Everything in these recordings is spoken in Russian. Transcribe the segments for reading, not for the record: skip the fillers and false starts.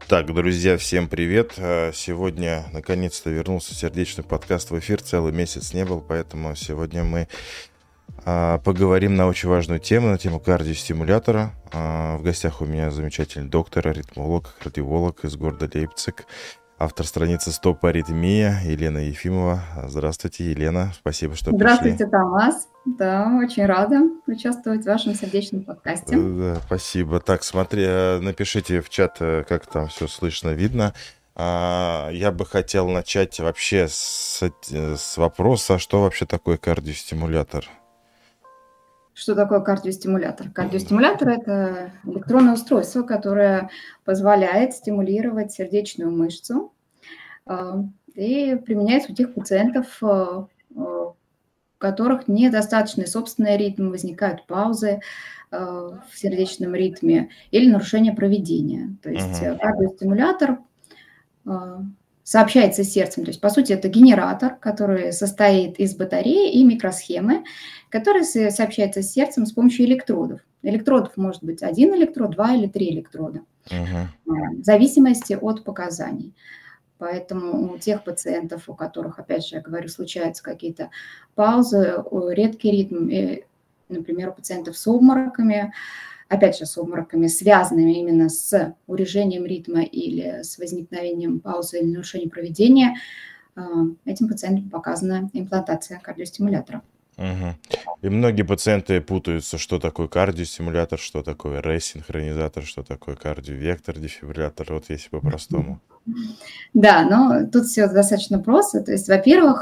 Так, друзья, всем привет. Сегодня наконец-то вернулся сердечный подкаст в эфир. Целый месяц не был, поэтому сегодня мы поговорим на очень важную тему, на тему кардиостимулятора. В гостях у меня замечательный доктор, аритмолог, кардиолог из города Лейпциг, автор страницы «Стоп аритмия» Елена Ефимова. Здравствуйте, Елена. Спасибо, что пришли. Здравствуйте, Томас. Да, очень рада участвовать в вашем сердечном подкасте. Да, спасибо. Так, смотри, напишите в чат, как там все слышно, видно. Я бы хотел начать вообще с вопроса, что вообще такое кардиостимулятор? Что такое кардиостимулятор? Кардиостимулятор – это электронное устройство, которое позволяет стимулировать сердечную мышцу и применяется у тех пациентов, у которых недостаточный собственный ритм, возникают паузы в сердечном ритме или нарушение проведения. То есть кардиостимулятор сообщается с сердцем. То есть, по сути, это генератор, который состоит из батареи и микросхемы, который сообщается с сердцем с помощью электродов. Электродов может быть 1 электрод, 2 или 3 электрода, в зависимости от показаний. Поэтому у тех пациентов, у которых, опять же, я говорю, случаются какие-то паузы, редкий ритм, например, у пациентов с обмороками, опять же, с обмороками, связанными именно с урежением ритма или с возникновением паузы или нарушением проведения, этим пациентам показана имплантация кардиостимулятора. И многие пациенты путаются, что такое кардиостимулятор, что такое ресинхронизатор, что такое кардиовектор, дефибриллятор, вот если по-простому. Да, но тут все достаточно просто. То есть, во-первых,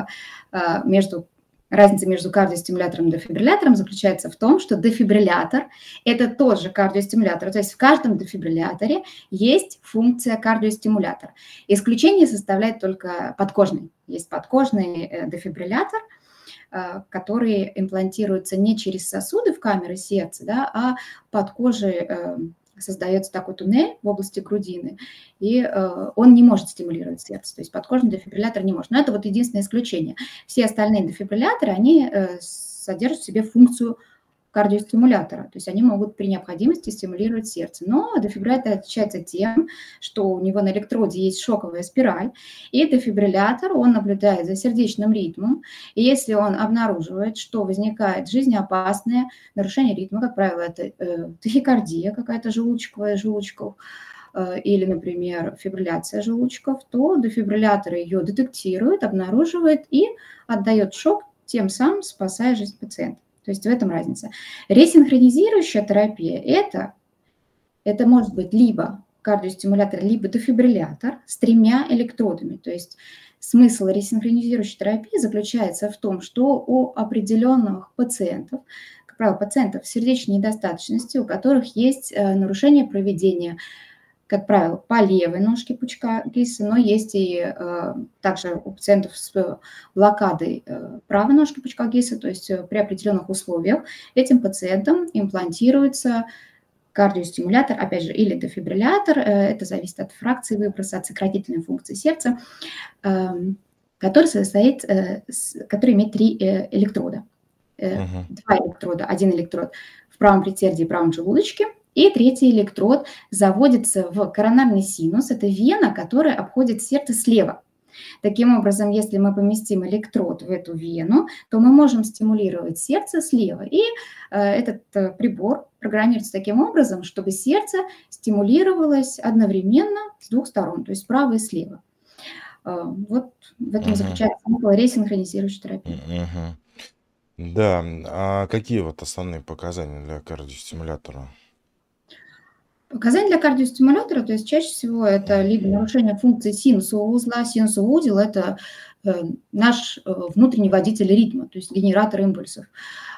разница между кардиостимулятором и дефибриллятором заключается в том, что дефибриллятор – это тот же кардиостимулятор. То есть в каждом дефибрилляторе есть функция кардиостимулятора. Исключение составляет только подкожный. Есть подкожный дефибриллятор, который имплантируется не через сосуды в камеры сердца, да, а под кожей создается такой туннель в области грудины, и он не может стимулировать сердце, то есть подкожный дефибриллятор не может. Но это вот единственное исключение. Все остальные дефибрилляторы, они содержат в себе функцию кардиостимулятора, то есть они могут при необходимости стимулировать сердце. Но дефибриллятор отличается тем, что у него на электроде есть шоковая спираль, и дефибриллятор, он наблюдает за сердечным ритмом, и если он обнаруживает, что возникает жизнеопасное нарушение ритма, как правило, это тахикардия какая-то желудочковая, желудочков, или, например, фибрилляция желудочков, то дефибриллятор ее детектирует, обнаруживает и отдает шок, тем самым спасая жизнь пациента. То есть в этом разница. Ресинхронизирующая терапия – это может быть либо кардиостимулятор, либо дефибриллятор с 3 электродами. То есть смысл ресинхронизирующей терапии заключается в том, что у определенных пациентов, как правило, пациентов с сердечной недостаточностью, у которых есть нарушение проведения, как правило, по левой ножке пучка Гисса, но есть и также у пациентов с блокадой правой ножки пучка Гисса, то есть при определенных условиях этим пациентам имплантируется кардиостимулятор, опять же, или дефибриллятор, это зависит от фракции выброса, от сократительной функции сердца, который имеет 3 электрода. 2 электрода, 1 электрод в правом предсердии и правом желудочке, и 3-й электрод заводится в коронарный синус, это вена, которая обходит сердце слева. Таким образом, если мы поместим электрод в эту вену, то мы можем стимулировать сердце слева. И этот прибор программируется таким образом, чтобы сердце стимулировалось одновременно с 2 сторон, то есть справа и слева. Вот в этом заключается смысл ресинхронизирующей терапии. Да, а какие вот основные показания для кардиостимулятора? Показания для кардиостимулятора, то есть чаще всего это либо нарушение функции синусового узла. Синусовый узел – это наш внутренний водитель ритма, то есть генератор импульсов.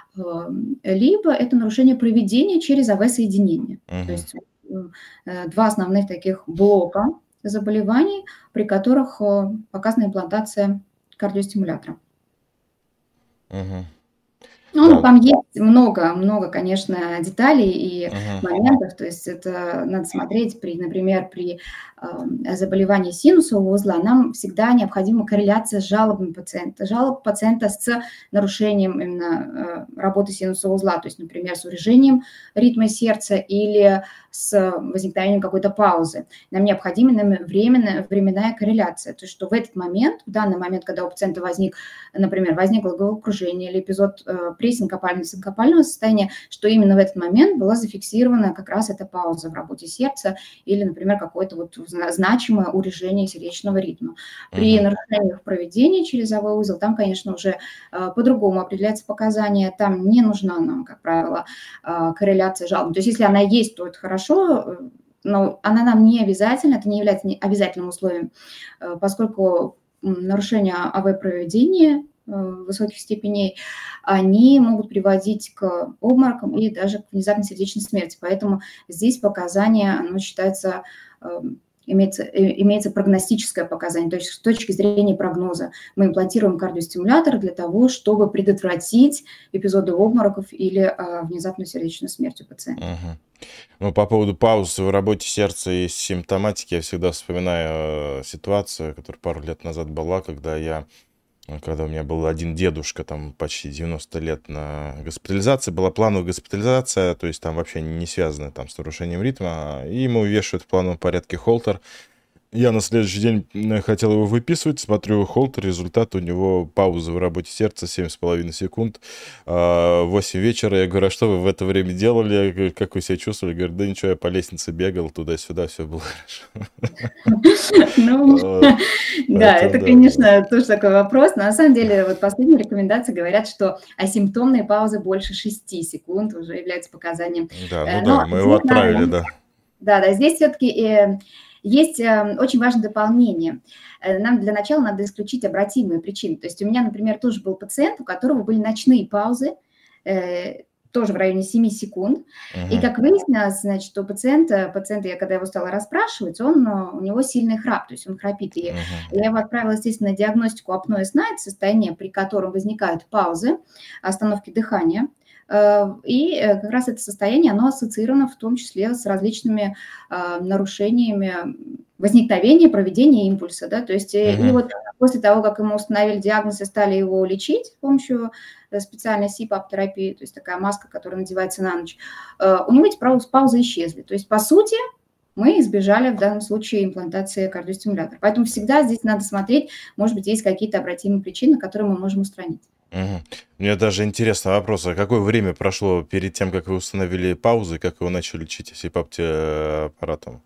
Либо это нарушение проведения через АВ-соединение. То есть 2 основных таких блока заболеваний, при которых показана имплантация кардиостимулятора. Ну, Да. там есть много, конечно, деталей и Мгм. моментов. То есть это надо смотреть например, при заболевании синусового узла нам всегда необходима корреляция с жалобами пациента. Жалоб пациента с нарушением именно работы синусового узла, то есть, например, с урежением ритма сердца или с возникновением какой-то паузы. Нам необходима именно временная корреляция. То есть, что в этот момент, в данный момент, когда у пациента возникло головокружение или эпизод пресинкопального состояния, что именно в этот момент была зафиксирована как раз эта пауза в работе сердца или, например, какое-то вот значимое урежение сердечного ритма. При Мгм. нарушениях проведения через АВ узел там, конечно, уже по-другому определяются показания, там не нужна нам, как правило, корреляция жалоб. То есть если она есть, то это хорошо, но она нам не обязательна, это не является обязательным условием, поскольку нарушения АВ-проведения высоких степеней, они могут приводить к обморокам и даже к внезапной сердечной смерти. Поэтому здесь показание, оно считается, имеется прогностическое показание, то есть с точки зрения прогноза. Мы имплантируем кардиостимулятор для того, чтобы предотвратить эпизоды обмороков или внезапную сердечную смерть у пациента. Мгм. Ну, по поводу пауз в работе сердца и симптоматики, я всегда вспоминаю ситуацию, которая пару лет назад была, когда у меня был один дедушка, там почти 90 лет на госпитализации, была плановая госпитализация, то есть там вообще не связанная там с нарушением ритма, и ему вешают в плановом порядке холтер. Я на следующий день хотел его выписывать, смотрю холтер, результат у него пауза в работе сердца 7,5 секунд, 8 вечера. Я говорю, а что вы в это время делали? Я говорю, как вы себя чувствовали? Говорю, да ничего, я по лестнице бегал туда-сюда, все было хорошо. Ну, да, Поэтому это, да, да. конечно, тоже такой вопрос. Но на самом деле, вот последние рекомендации говорят, что асимптомные паузы больше 6 секунд уже являются показанием. Да, ну Но да, мы его здесь надо, отправили, да. да, здесь все-таки есть очень важное дополнение. Нам для начала надо исключить обратимые причины. То есть у меня, например, тоже был пациент, у которого были ночные паузы, тоже в районе 7 секунд. И Мгм. как выяснилось, значит, у пациента, я когда его стала расспрашивать, у него сильный храп, то есть он храпит. И Мгм. я его отправила, естественно, на диагностику апноэ сна, это состояние, при котором возникают паузы, остановки дыхания. И как раз это состояние, оно ассоциировано в том числе с различными нарушениями возникновения, проведения импульса. Да? То есть, и Мгм. вот после того, как ему установили диагноз и стали его лечить с помощью специальной СИПАП-терапии, то есть такая маска, которая надевается на ночь, у него эти паузы исчезли. То есть, по сути, мы избежали в данном случае имплантации кардиостимулятора. Поэтому всегда здесь надо смотреть, может быть, есть какие-то обратимые причины, которые мы можем устранить. Мгм. Мне даже интересный вопрос, а какое время прошло перед тем, как вы установили паузы, как его начали лечить аппаратом?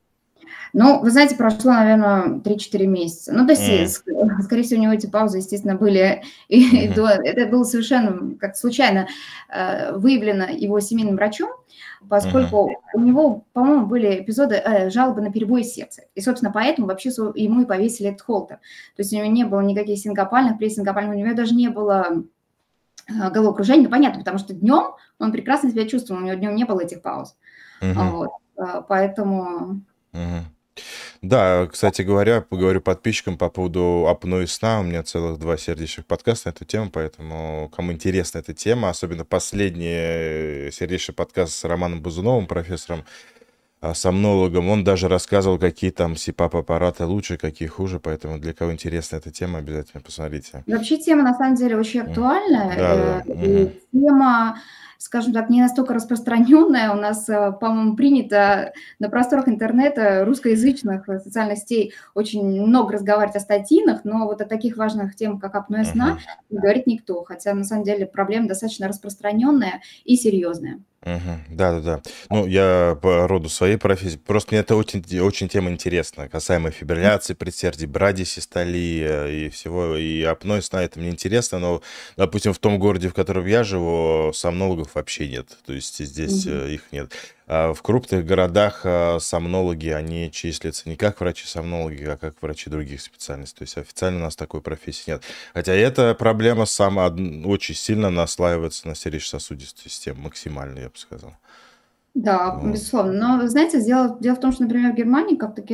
Ну, вы знаете, прошло, наверное, 3-4 месяца. Ну, то есть, М. скорее всего, у него эти паузы, естественно, были и Мгм. до. Это было совершенно как случайно выявлено его семейным врачом, Мгм. поскольку у него, по-моему, были эпизоды жалобы на перебои сердца. И, собственно, поэтому вообще ему и повесили этот холтер. То есть у него не было никаких синкопальных, пресинкопальных, у него даже не было головокружения. Ну, понятно, потому что днем он прекрасно себя чувствовал, у него днем не было этих пауз. Мгм. Вот. Поэтому... Мгм. Да, кстати говоря, поговорю подписчикам по поводу апноэ сна. У меня целых 2 сердечных подкаста на эту тему, поэтому кому интересна эта тема, особенно последний сердечный подкаст с Романом Бузуновым, профессором, сомнологом, он даже рассказывал, какие там СИПАП-аппараты лучше, какие хуже, поэтому для кого интересна эта тема, обязательно посмотрите. Вообще тема на самом деле очень Да-да-да. актуальная, Мгм. и тема, скажем так, не настолько распространенная. У нас, по-моему, принято на просторах интернета, русскоязычных социальных сетей очень много разговаривать о статинах, но вот о таких важных темах, как апноэ сна, Мгм. не говорит никто, хотя на самом деле проблема достаточно распространенная и серьезная. Мгм. Да-да-да. Ну, я по роду своей профессии, просто мне это очень тема интересна, касаемо фибрилляции предсердий, брадисистолии и всего, и апноэ сна, это мне интересно, но, допустим, в том городе, в котором я живу, сомнологов вообще нет, то есть здесь Мгм. их нет. А в крупных городах сомнологи, они числятся не как врачи-сомнологи, а как врачи других специальностей, то есть официально у нас такой профессии нет. Хотя эта проблема очень сильно наслаивается на сердечно-сосудистую систему, максимально, я бы сказал. Да, Вот. безусловно. Но, вы знаете, дело в том, что, например, в Германии,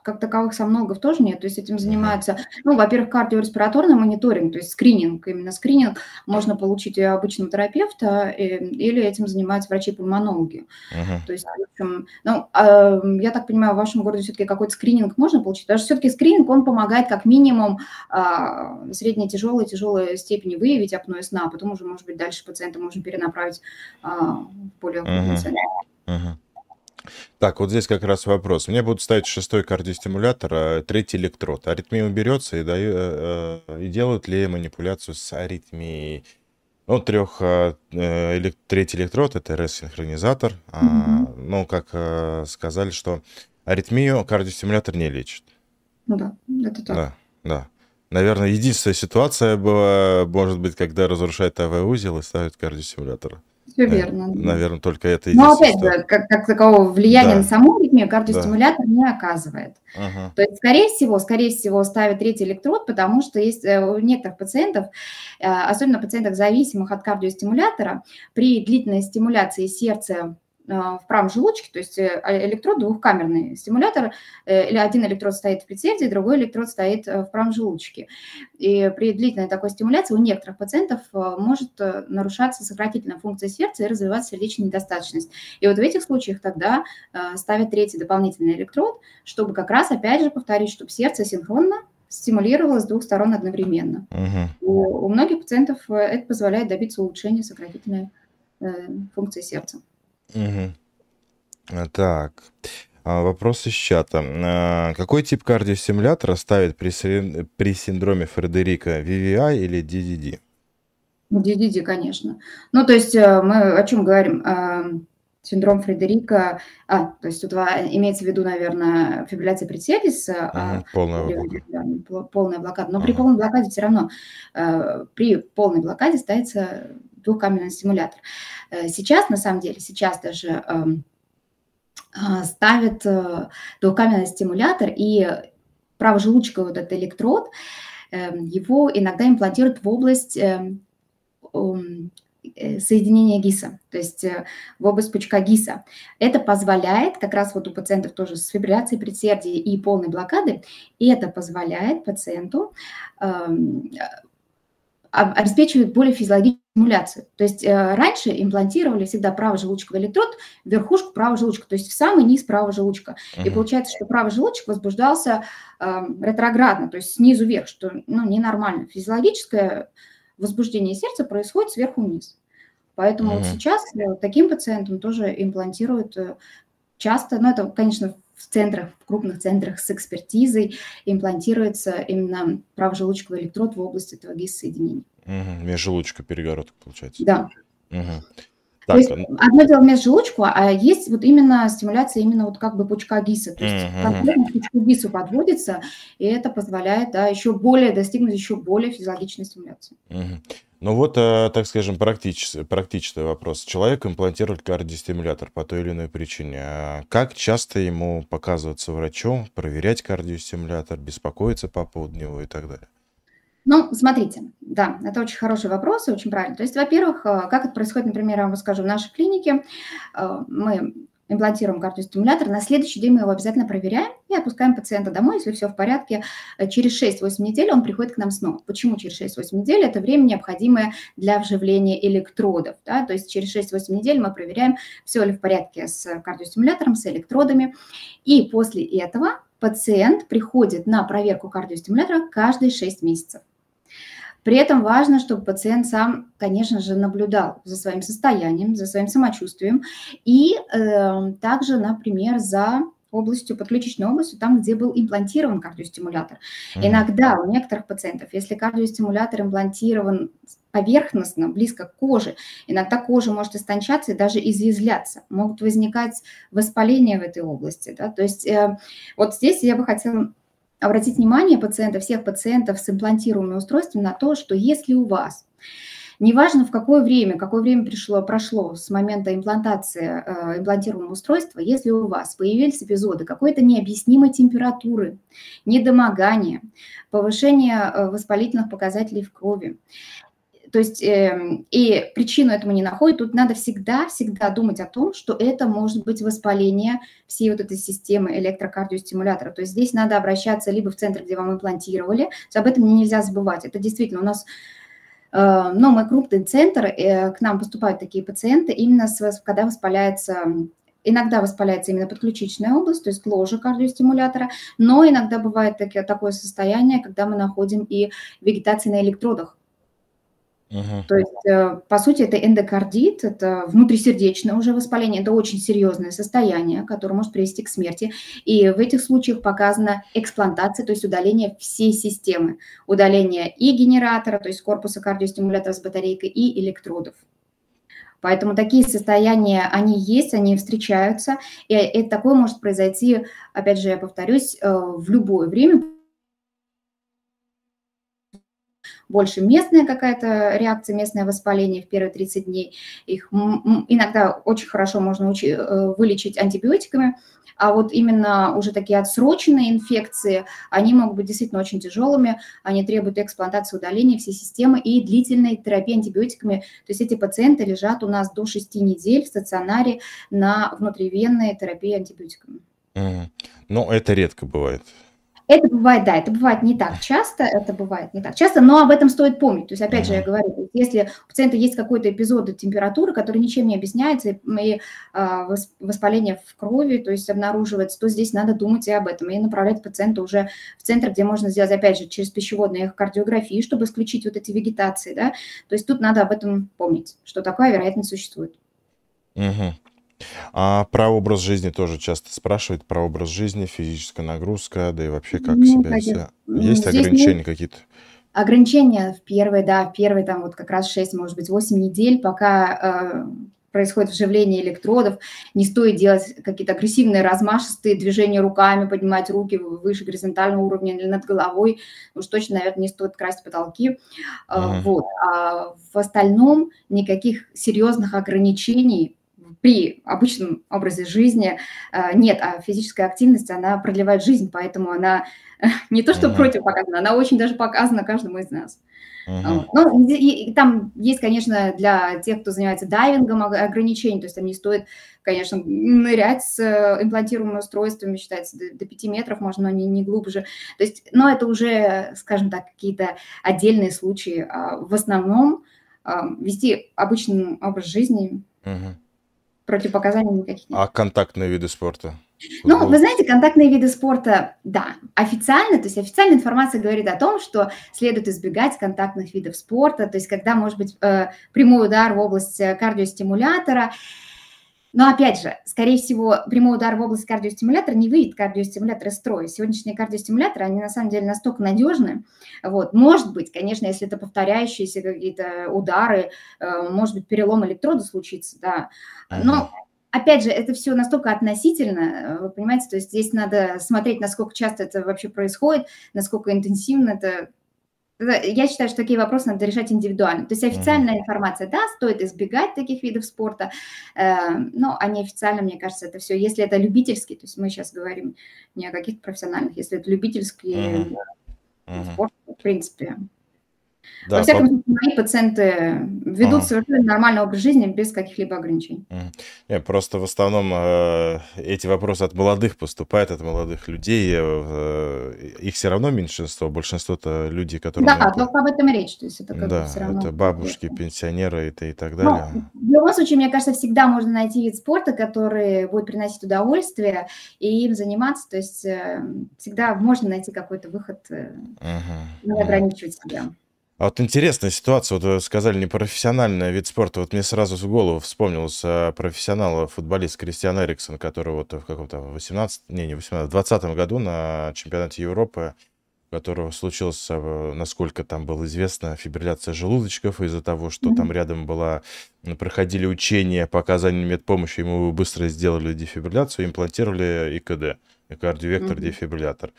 как таковых сомнологов тоже нет. То есть этим занимаются, ну, во-первых, кардиореспираторный мониторинг, то есть скрининг. Именно скрининг можно получить и у обычного терапевта, или этим занимаются врачи-пульмонологи. То есть, в общем, ну, я так понимаю, в вашем городе все-таки какой-то скрининг можно получить? Потому что все-таки скрининг, он помогает как минимум средней тяжелой степени выявить апноэ сна, а потом уже, может быть, дальше пациента можно перенаправить в более крупный центр. Так, вот здесь как раз вопрос. Мне будут ставить 6-й кардиостимулятор, а 3-й электрод. Аритмия уберется и делают ли манипуляцию с аритмией? Ну, 3-й электрод – это РС-синхронизатор. Ну, как сказали, что аритмию кардиостимулятор не лечит. Ну да, это так. Да. Наверное, единственная ситуация была, может быть, когда разрушает АВ-узел и ставят кардиостимулятор. Все верно. Наверное, только это Но единственное. опять же, как такового влияния на саму аритмию кардиостимулятор не оказывает. То есть, скорее всего, ставят 3-й электрод, потому что есть у некоторых пациентов, особенно пациентах, зависимых от кардиостимулятора, при длительной стимуляции сердца в правом желудочке, то есть электрод двухкамерный стимулятор, или один электрод стоит в предсердии, другой электрод стоит в правом желудочке. И при длительной такой стимуляции у некоторых пациентов может нарушаться сократительная функция сердца и развиваться сердечная недостаточность. И вот в этих случаях тогда ставят 3-й дополнительный электрод, чтобы как раз, опять же, повторить, чтобы сердце синхронно стимулировалось с двух сторон одновременно. У многих пациентов это позволяет добиться улучшения сократительной функции сердца. Так, вопрос из чата. Какой тип кардиостимулятора ставят при синдроме Фредерика, VVI или DDD? DDD, конечно. Ну, то есть мы о чем говорим? Синдром Фредерика, то есть тут имеется в виду, наверное, фибрилляция предсердиса, полная блокада. Но при полной блокаде все равно, при полной блокаде ставится двухкамерный стимулятор. Сейчас, на самом деле, даже ставят двухкамерный стимулятор, и правожелудочковый вот этот электрод, его иногда имплантируют в область соединения ГИСа, то есть в область пучка ГИСа. Это позволяет, как раз вот у пациентов тоже с фибрилляцией предсердия и полной блокады, и это позволяет пациенту обеспечивает более физиологическую стимуляцию. То есть раньше имплантировали всегда правый желудочковый электрод в верхушку правого желудочка, то есть в самый низ правого желудочка. И получается, что правый желудочек возбуждался ретроградно, то есть снизу вверх, что ненормально. Физиологическое возбуждение сердца происходит сверху вниз. Поэтому вот сейчас таким пациентам тоже имплантируют часто, это, конечно, в крупных центрах с экспертизой имплантируется именно правожелудочковый электрод в области этого ГИС-соединения. Межжелудочка перегородка, получается. Да. То есть одно дело межжелудочку, а есть вот именно стимуляция именно вот как бы пучка ГИСа. То есть конкретно к пучку ГИСу подводится, и это позволяет достигнуть еще более физиологичной стимуляции. Ну вот, так скажем, практичный вопрос. Человек имплантирует кардиостимулятор по той или иной причине. Как часто ему показываться врачом, проверять кардиостимулятор, беспокоиться по поводу него и так далее? Ну, смотрите, да, это очень хороший вопрос и очень правильно. То есть, во-первых, как это происходит, например, я вам расскажу, в нашей клинике мы имплантируем кардиостимулятор, на следующий день мы его обязательно проверяем и отпускаем пациента домой, если все в порядке. Через 6-8 недель он приходит к нам снова. Почему через 6-8 недель? Это время, необходимое для вживления электродов. Да? То есть через 6-8 недель мы проверяем, все ли в порядке с кардиостимулятором, с электродами. И после этого пациент приходит на проверку кардиостимулятора каждые 6 месяцев. При этом важно, чтобы пациент сам, конечно же, наблюдал за своим состоянием, за своим самочувствием и также, например, за подключичной областью, там, где был имплантирован кардиостимулятор. Иногда у некоторых пациентов, если кардиостимулятор имплантирован поверхностно, близко к коже, иногда кожа может истончаться и даже извязляться, могут возникать воспаления в этой области. Да? То есть вот здесь я бы хотела обратить внимание всех пациентов с имплантируемым устройством на то, что если у вас, неважно в какое время прошло с момента имплантации имплантируемого устройства, если у вас появились эпизоды какой-то необъяснимой температуры, недомогания, повышения воспалительных показателей в крови, То есть и причину этому не находят. Тут надо всегда думать о том, что это может быть воспаление всей вот этой системы электрокардиостимулятора. То есть здесь надо обращаться либо в центр, где вам имплантировали. То есть об этом нельзя забывать. Это действительно у нас мы крупный центр, к нам поступают такие пациенты именно когда воспаляется. Иногда воспаляется именно подключичная область, то есть ложа кардиостимулятора, но иногда бывает такое состояние, когда мы находим и вегетацию на электродах. То есть, по сути, это эндокардит, это внутрисердечное уже воспаление, это очень серьезное состояние, которое может привести к смерти. И в этих случаях показана эксплантация, то есть удаление всей системы, удаление и генератора, то есть корпуса кардиостимулятора с батарейкой, и электродов. Поэтому такие состояния, они есть, они встречаются, и такое может произойти, опять же, я повторюсь, в любое время. Больше местная какая-то реакция, местное воспаление в первые 30 дней. Их иногда очень хорошо можно вылечить антибиотиками, а вот именно уже такие отсроченные инфекции, они могут быть действительно очень тяжелыми, они требуют эксплантации, удаления всей системы и длительной терапии антибиотиками. То есть эти пациенты лежат у нас до 6 недель в стационаре на внутривенной терапии антибиотиками. Но это редко бывает. Это бывает, да, это бывает не так часто, но об этом стоит помнить. То есть, опять же, я говорю, если у пациента есть какой-то эпизод температуры, который ничем не объясняется, и воспаление в крови, то есть обнаруживается, то здесь надо думать и об этом, и направлять пациента уже в центр, где можно сделать, опять же, через пищеводную эхокардиографию, чтобы исключить вот эти вегетации, да. То есть тут надо об этом помнить, что такая вероятность существует. А про образ жизни тоже часто спрашивают, про образ жизни, физическая нагрузка, да и вообще как себя вести. Есть ограничения какие-то? Ограничения в первые там вот как раз 6, может быть, 8 недель, пока происходит вживление электродов, не стоит делать какие-то агрессивные, размашистые движения руками, поднимать руки выше горизонтального уровня или над головой. Уж точно, наверное, не стоит красть потолки. Вот. А в остальном никаких серьезных ограничений при обычном образе жизни нет, а физическая активность, она продлевает жизнь, поэтому она не то что противопоказана, она очень даже показана каждому из нас. Ну, и там есть, конечно, для тех, кто занимается дайвингом, ограничения, то есть там не стоит, конечно, нырять с имплантируемыми устройствами, считается, до 5 метров можно, но не глубже. То есть, но это уже, скажем так, какие-то отдельные случаи. В основном вести обычный образ жизни, противопоказаний никаких нет. А контактные виды спорта? Ну, вы знаете, контактные виды спорта, да, официально, то есть официальная информация говорит о том, что следует избегать контактных видов спорта, то есть когда может быть прямой удар в область кардиостимулятора. Но опять же, скорее всего, прямой удар в область кардиостимулятора не выведет кардиостимулятор из строя. Сегодняшние кардиостимуляторы, они на самом деле настолько надежны. Вот. Может быть, конечно, если это повторяющиеся какие-то удары, может быть, перелом электрода случится, да. Но опять же, это все настолько относительно, вы понимаете, то есть здесь надо смотреть, насколько часто это вообще происходит, насколько интенсивно это. Я считаю, что такие вопросы надо решать индивидуально. То есть официальная информация, да, стоит избегать таких видов спорта, но а неофициально, мне кажется, это все, если это любительский, то есть мы сейчас говорим не о каких-то профессиональных, если это любительский спорт, в принципе. Да, во всяком случае, мои пациенты ведут совершенно нормальный образ жизни без каких-либо ограничений. Нет, просто в основном эти вопросы от молодых поступают, от молодых людей. Их все равно меньшинство, большинство-то люди, которые... Да, только об этом и речь. То есть это как бы все равно... это бабушки, пенсионеры и так далее. Но, в любом случае, мне кажется, всегда можно найти вид спорта, который будет приносить удовольствие, и им заниматься. То есть всегда можно найти какой-то выход, не ограничивать себя. А вот интересная ситуация, вот вы сказали, непрофессиональный вид спорта, вот мне сразу в голову вспомнился профессионал, футболист Кристиан Эриксон, который вот в каком-то 2020 году на чемпионате Европы, у которого случилась, насколько там было известно, фибрилляция желудочков из-за того, что там рядом проходили учения по оказанию медпомощи, ему быстро сделали дефибрилляцию, имплантировали ИКД, кардиовектор-дефибриллятор.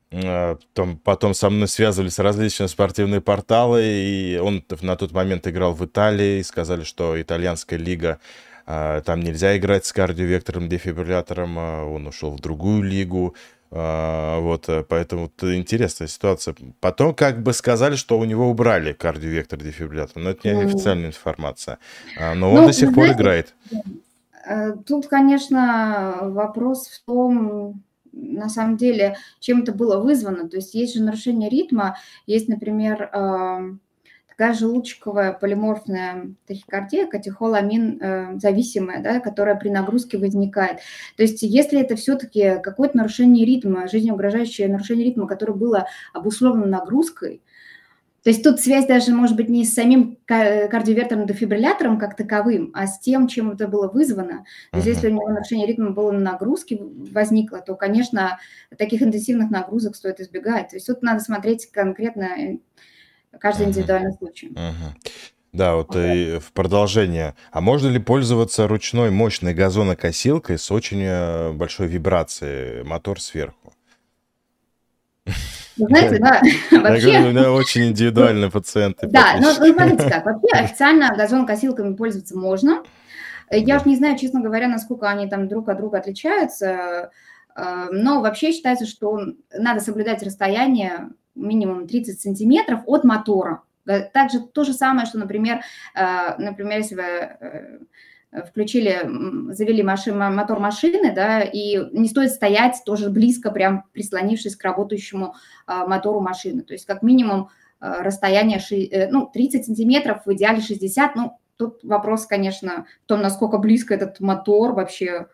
Потом со мной связывались различные спортивные порталы, и он на тот момент играл в Италии, и сказали, что итальянская лига там нельзя играть с кардиовекторным дефибриллятором, он ушел в другую лигу. Вот, поэтому интересная ситуация. Потом как бы сказали, что у него убрали кардиовектор дефибриллятор, но это не официальная информация. Но он Ну, до сих пор играет. Тут, конечно, вопрос в том, на самом деле, чем это было вызвано. То есть есть же нарушение ритма, есть, например, такая желудочковая полиморфная тахикардия, катехоламин зависимая, да, которая при нагрузке возникает. То есть если это все-таки какое-то нарушение ритма, жизнеугрожающее нарушение ритма, которое было обусловлено нагрузкой, то есть тут связь даже может быть не с самим кардиовекторным дефибриллятором как таковым, а с тем, чем это было вызвано. То есть если у него нарушение ритма было на нагрузке возникло, то, конечно, таких интенсивных нагрузок стоит избегать. То есть тут надо смотреть конкретно каждый индивидуальный случай. Да, вот и в продолжение. А можно ли пользоваться ручной мощной газонокосилкой с очень большой вибрацией, мотор сверху? Вы знаете, да, вообще... Я говорю, у меня очень индивидуальные пациенты. Да, ну смотрите как, вообще официально газонокосилками пользоваться можно. Я уж не знаю, честно говоря, насколько они там друг от друга отличаются, но вообще считается, что надо соблюдать расстояние минимум 30 сантиметров от мотора. Также то же самое, что, например, если вы завели мотор машины, да, и не стоит стоять тоже близко, прям прислонившись к работающему мотору машины. То есть как минимум расстояние 30 сантиметров, в идеале 60. Ну, тут вопрос, конечно, в том, насколько близко этот мотор вообще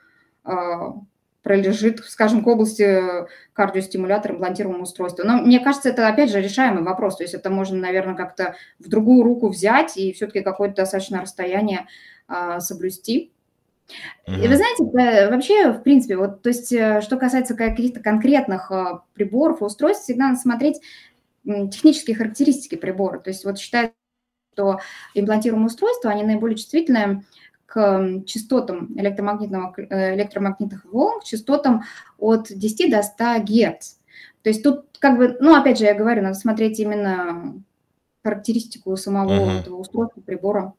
пролежит, скажем, к области кардиостимулятора, имплантируемого устройства. Но мне кажется, это, опять же, решаемый вопрос. То есть это можно, наверное, как-то в другую руку взять и все-таки какое-то достаточно расстояние соблюсти. И вы знаете, вообще, в принципе, вот, то есть, что касается каких-то конкретных приборов и устройств, всегда надо смотреть технические характеристики прибора. То есть вот считается, что имплантируемые устройства, они наиболее чувствительны к частотам электромагнитных волн, к частотам от 10 до 100 Гц. То есть тут, как бы, ну, опять же, я говорю, надо смотреть именно характеристику самого этого устройства, прибора.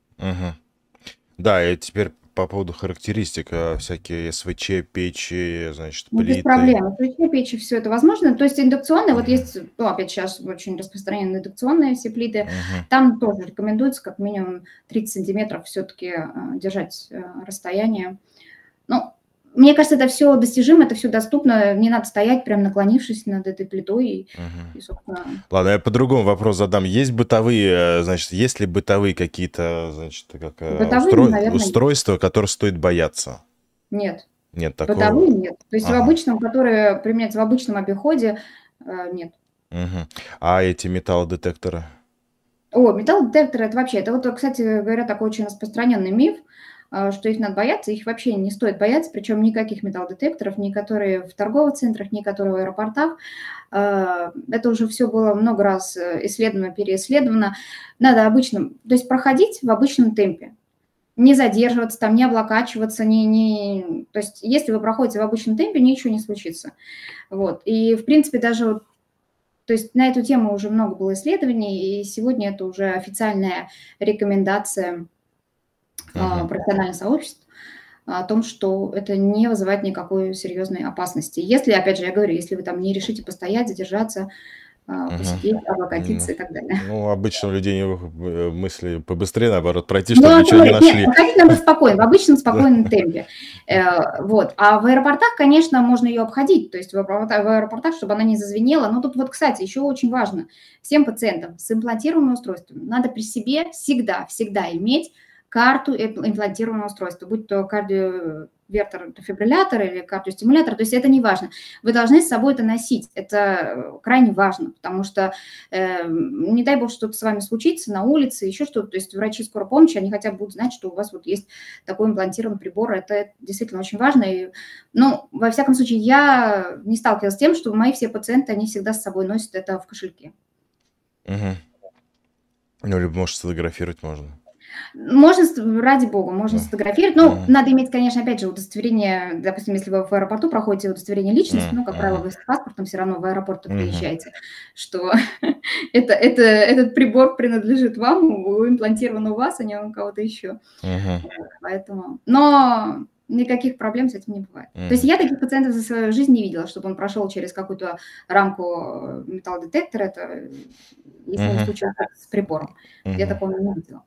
Да, и теперь по поводу характеристик, всякие СВЧ, печи, значит, Ну, без плиты. проблем. СВЧ, печи, все это возможно. То есть индукционные, вот есть, ну, опять сейчас очень распространены индукционные все плиты, там тоже рекомендуется как минимум 30 сантиметров все-таки держать расстояние. Ну, мне кажется, это все достижимо, это все доступно, не надо стоять прям наклонившись над этой плитой. И, собственно... Ладно, я по-другому вопрос задам. Есть бытовые, значит, есть ли бытовые какие-то, значит, как устройства, которые стоит бояться? Нет. Нет такого? Бытовые нет. То есть в обычном, которые применяются в обычном обиходе, нет. А эти металлодетекторы? Металлодетекторы, это вообще, это вот, кстати говоря, такой очень распространенный миф, что их надо бояться, их вообще не стоит бояться, причем никаких металлодетекторов, ни которые в торговых центрах, ни которые в аэропортах. Это уже все было много раз исследовано, переисследовано. Надо обычным, то есть проходить в обычном темпе, не задерживаться там, не облокачиваться, то есть если вы проходите в обычном темпе, ничего не случится. Вот. И, в принципе, даже то есть на эту тему уже много было исследований, и сегодня это уже официальная рекомендация профессиональных сообществ о том, что это не вызывает никакой серьезной опасности. Если, опять же, я говорю, если вы там не решите постоять, задержаться, посидеть, облокотиться и так далее. Ну, обычно у людей мысли побыстрее, наоборот, пройти, чтобы ничего не нашли. Нет, проходить надо спокойно, в обычном спокойном темпе. Вот. А в аэропортах, конечно, можно ее обходить, то есть в аэропортах, чтобы она не зазвенела. Но тут вот, кстати, еще очень важно, всем пациентам с имплантируемым устройством надо при себе всегда иметь карту имплантированного устройства, будь то кардиовертор-дефибриллятор или кардиостимулятор, то есть это не важно. Вы должны с собой это носить, это крайне важно, потому что, не дай бог, что-то с вами случится на улице, еще что-то, то есть врачи скорой помощи, они хотя бы будут знать, что у вас вот есть такой имплантированный прибор, это действительно очень важно. И, ну, во всяком случае, я не сталкивалась с тем, что мои все пациенты, они всегда с собой носят это в кошельке. Ну, либо, может, сфотографировать можно. Можно, ради бога, можно Да. сфотографировать. Но надо иметь, конечно, опять же, удостоверение. Допустим, если вы в аэропорту проходите удостоверение личности, ну, как правило, вы с паспортом все равно в аэропорт Мгм. приезжаете, что этот прибор принадлежит вам, имплантирован у вас, а не у кого-то еще. Мгм. Поэтому, но никаких проблем с этим не бывает. То есть Мгм. я таких пациентов за свою жизнь не видела, чтобы он прошел через какую-то рамку металлодетектора. Это, если он Мгм. случился с прибором. Я Мгм. такого не видела.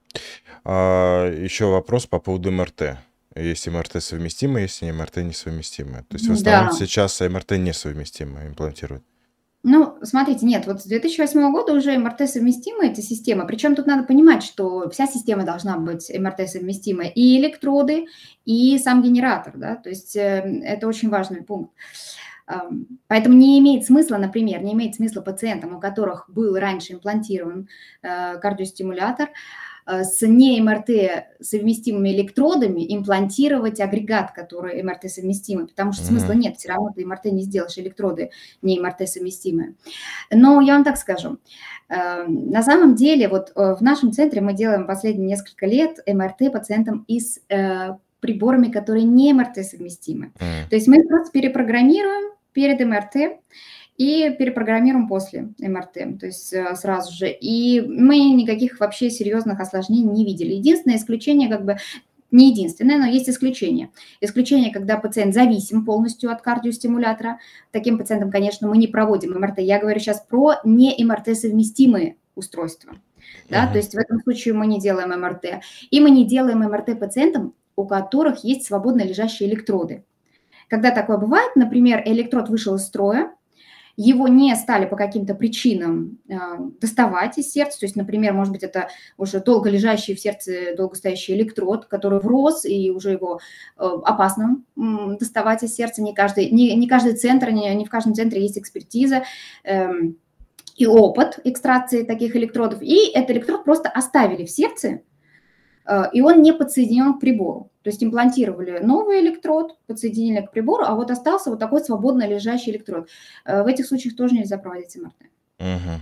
Еще вопрос по поводу МРТ. Есть МРТ совместимые, есть МРТ несовместимые. То есть в основном Да. сейчас МРТ несовместимые имплантируют. Ну, смотрите, нет, вот с 2008 года уже МРТ-совместимы эти системы. Причем тут надо понимать, что вся система должна быть МРТ-совместимой. И электроды, и сам генератор, да, то есть это очень важный пункт. Поэтому не имеет смысла, например, не имеет смысла пациентам, у которых был раньше имплантирован кардиостимулятор, с не МРТ совместимыми электродами имплантировать агрегат, который МРТ совместимый, потому что смысла Мгм. нет, все равно ты МРТ не сделаешь, электроды не МРТ совместимые. Но я вам так скажу, на самом деле вот в нашем центре мы делаем последние несколько лет МРТ пациентам из приборами, которые не МРТ совместимы. М. То есть мы их просто перепрограммируем перед МРТ, и перепрограммируем после МРТ, то есть сразу же. И мы никаких вообще серьезных осложнений не видели. Единственное исключение, как бы, не единственное, но есть исключение. Исключение, когда пациент зависим полностью от кардиостимулятора. Таким пациентам, конечно, мы не проводим МРТ. Я говорю сейчас про не МРТ-совместимые устройства. Да? То Мгм. есть в этом случае мы не делаем МРТ. И мы не делаем МРТ пациентам, у которых есть свободно лежащие электроды. Когда такое бывает, например, электрод вышел из строя, его не стали по каким-то причинам доставать из сердца, то есть, например, может быть, это уже долго лежащий в сердце, долго стоящий электрод, который врос, и уже его опасно доставать из сердца. Не каждый центр, не в каждом центре есть экспертиза и опыт экстракции таких электродов. И этот электрод просто оставили в сердце, и он не подсоединен к прибору. То есть имплантировали новый электрод, подсоединили к прибору, а вот остался вот такой свободно лежащий электрод. В этих случаях тоже нельзя проводить МРТ. Мгм.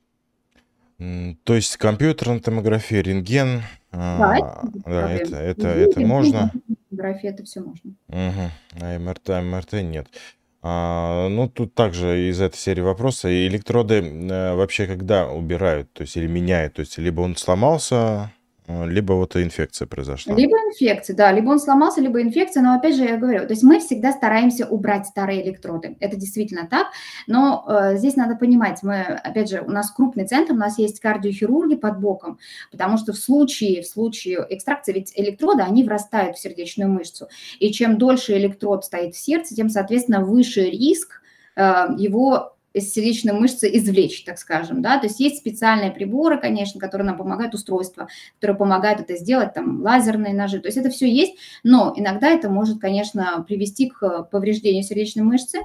То есть компьютерная томография, рентген, Да, это без да, проблем. это можно. Фотографии, это все можно. Мгм. А МРТ нет. Ну, тут также из этой серии вопроса. И электроды вообще когда убирают, то есть или меняют? То есть либо он сломался, либо вот инфекция произошла. Либо инфекция, да, либо он сломался, либо инфекция, но опять же я говорю, то есть мы всегда стараемся убрать старые электроды, это действительно так, но здесь надо понимать, мы, опять же, у нас крупный центр, у нас есть кардиохирурги под боком, потому что в случае экстракции, ведь электроды, они врастают в сердечную мышцу, и чем дольше электрод стоит в сердце, тем, соответственно, выше риск его из сердечной мышцы извлечь, так скажем, да, то есть есть специальные приборы, конечно, которые нам помогают, устройства, которые помогают это сделать, там, лазерные ножи, то есть это все есть, но иногда это может, конечно, привести к повреждению сердечной мышцы,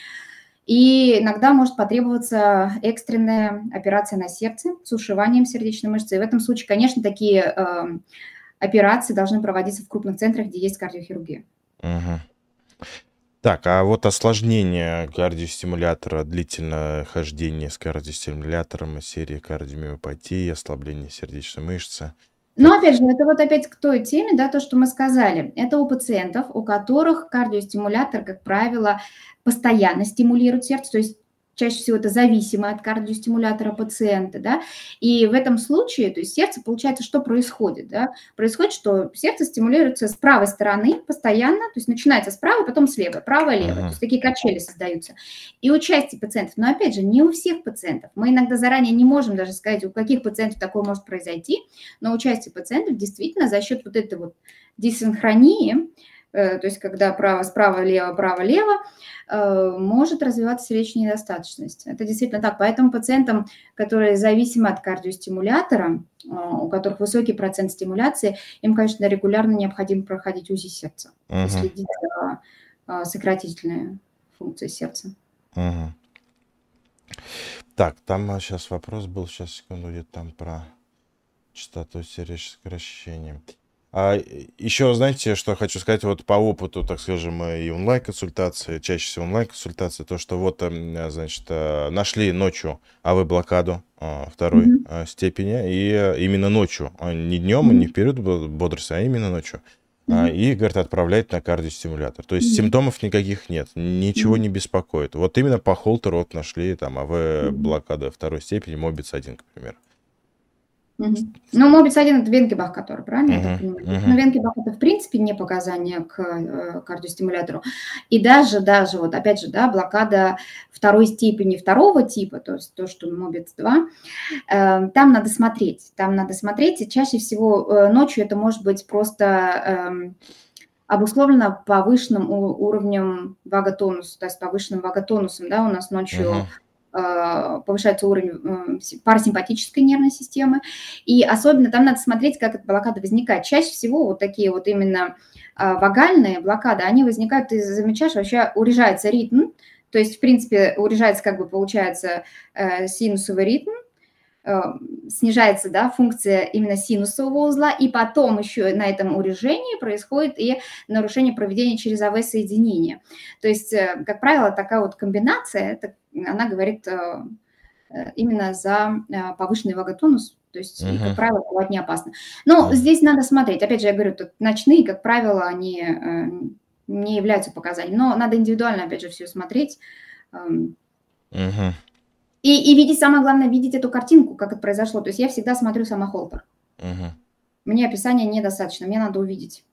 и иногда может потребоваться экстренная операция на сердце с ушиванием сердечной мышцы, и в этом случае, конечно, такие операции должны проводиться в крупных центрах, где есть кардиохирургия. Мгм. Так, а вот осложнение кардиостимулятора, длительное хождение с кардиостимулятором из серии кардиомиопатии, ослабление сердечной мышцы. Но опять же, это вот опять к той теме, да, то, что мы сказали. Это у пациентов, у которых кардиостимулятор, как правило, постоянно стимулирует сердце, то есть чаще всего это зависимые от кардиостимулятора пациенты, да, и в этом случае, то есть сердце, получается, что происходит, да? Происходит, что сердце стимулируется с правой стороны постоянно, то есть начинается справа, потом слева, правая, левая, то Мгм. есть такие качели создаются. И у части пациентов, но опять же, не у всех пациентов, мы иногда заранее не можем даже сказать, у каких пациентов такое может произойти, но у части пациентов действительно за счет вот этой вот дисинхронии, то есть когда право, лево, может развиваться сердечная недостаточность. Это действительно так. Поэтому пациентам, которые зависимы от кардиостимулятора, у которых высокий процент стимуляции, им, конечно, регулярно необходимо проходить УЗИ сердца и Мгм. следить за сократительной функцией сердца. Мгм. Так, там сейчас вопрос был, сейчас, секунду, где-то там про частоту сердечных сокращений. Еще, знаете, что хочу сказать, вот по опыту, так скажем, и онлайн-консультации, чаще всего онлайн-консультации, то, что вот, значит, нашли ночью АВ-блокаду второй Мгм. степени, и именно ночью, не днем, не в Мгм. период бодрости, а именно ночью. Мгм. И, говорят, отправляет на кардиостимулятор. То есть Мгм. симптомов никаких нет, ничего Мгм. не беспокоит. Вот именно по холтеру вот нашли там Мгм. АВ-блокада второй степени, Мобиц-1, к примеру. Мгм. Ну, Мобиц-1 это Венкебах, который, правильно я так Мгм, понимаю? Но мгм, Венкебах это в принципе не показание к кардиостимулятору. И даже вот опять же, да, блокада второй степени второго типа, то есть то, что Мобиц-2, там надо смотреть. Там надо смотреть, и чаще всего ночью это может быть просто обусловлено повышенным уровнем ваготонуса, то есть повышенным ваготонусом, да, у нас ночью мгм, повышается уровень парасимпатической нервной системы, и особенно там надо смотреть, как эта блокада возникает. Чаще всего вот такие вот именно вагальные блокады, они возникают, ты замечаешь, вообще урежается ритм, то есть, в принципе, урежается, как бы получается, синусовый ритм, э, снижается, да, функция именно синусового узла, и потом еще на этом урежении происходит и нарушение проведения через АВ-соединение. То есть, как правило, такая вот комбинация, она говорит именно за повышенный ваготонус, то есть, и, как мгм, правило, бывает не опасно. Но мгм, здесь надо смотреть. Опять же, я говорю, тут ночные, как правило, они не являются показанием, но надо индивидуально, опять же, все смотреть. эм, мгм. и видеть, самое главное, видеть эту картинку, как это произошло. То есть я всегда смотрю сама холтер. Мгм. Мне описания недостаточно, мне надо увидеть.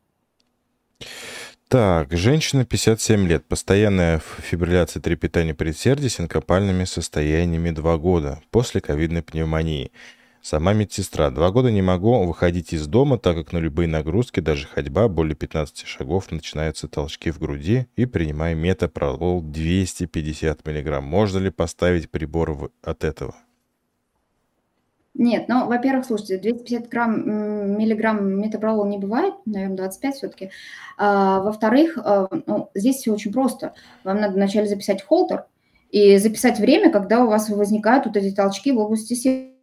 Так, женщина 57 лет, постоянная фибрилляция трепетания предсердия с синкопальными состояниями 2 года после ковидной пневмонии. Сама медсестра. 2 года не могу выходить из дома, так как на любые нагрузки, даже ходьба, более 15 шагов, начинаются толчки в груди и принимаю метопролол 250 миллиграмм. Можно ли поставить прибор от этого? Нет, ну, во-первых, слушайте, 250 миллиграмм метапролола не бывает, наверное, 25 все-таки. Во-вторых, ну, здесь все очень просто. Вам надо вначале записать холтер и записать время, когда у вас возникают вот эти толчки в области сердца.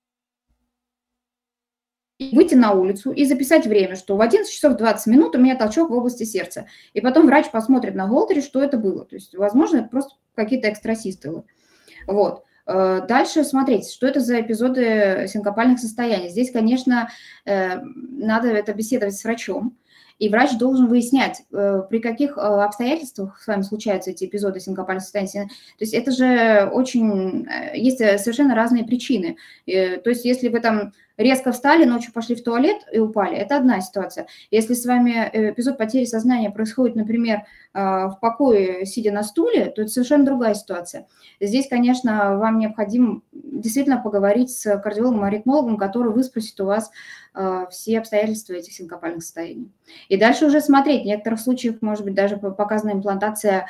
Выйти на улицу и записать время, что в 11 часов 20 минут у меня толчок в области сердца. И потом врач посмотрит на холтере, что это было. То есть, возможно, это просто какие-то экстрасистолы. Вот. Дальше смотреть, что это за эпизоды синкопальных состояний. Здесь, конечно, надо это беседовать с врачом, и врач должен выяснять, при каких обстоятельствах с вами случаются эти эпизоды синкопальных состояний. То есть это же очень... Есть совершенно разные причины. То есть если вы там резко встали, ночью пошли в туалет и упали, это одна ситуация. Если с вами эпизод потери сознания происходит, например, в покое, сидя на стуле, то это совершенно другая ситуация. Здесь, конечно, вам необходимо действительно поговорить с кардиологом-аритмологом, который выспросит у вас все обстоятельства этих синкопальных состояний. И дальше уже смотреть. В некоторых случаях, может быть, даже показана имплантация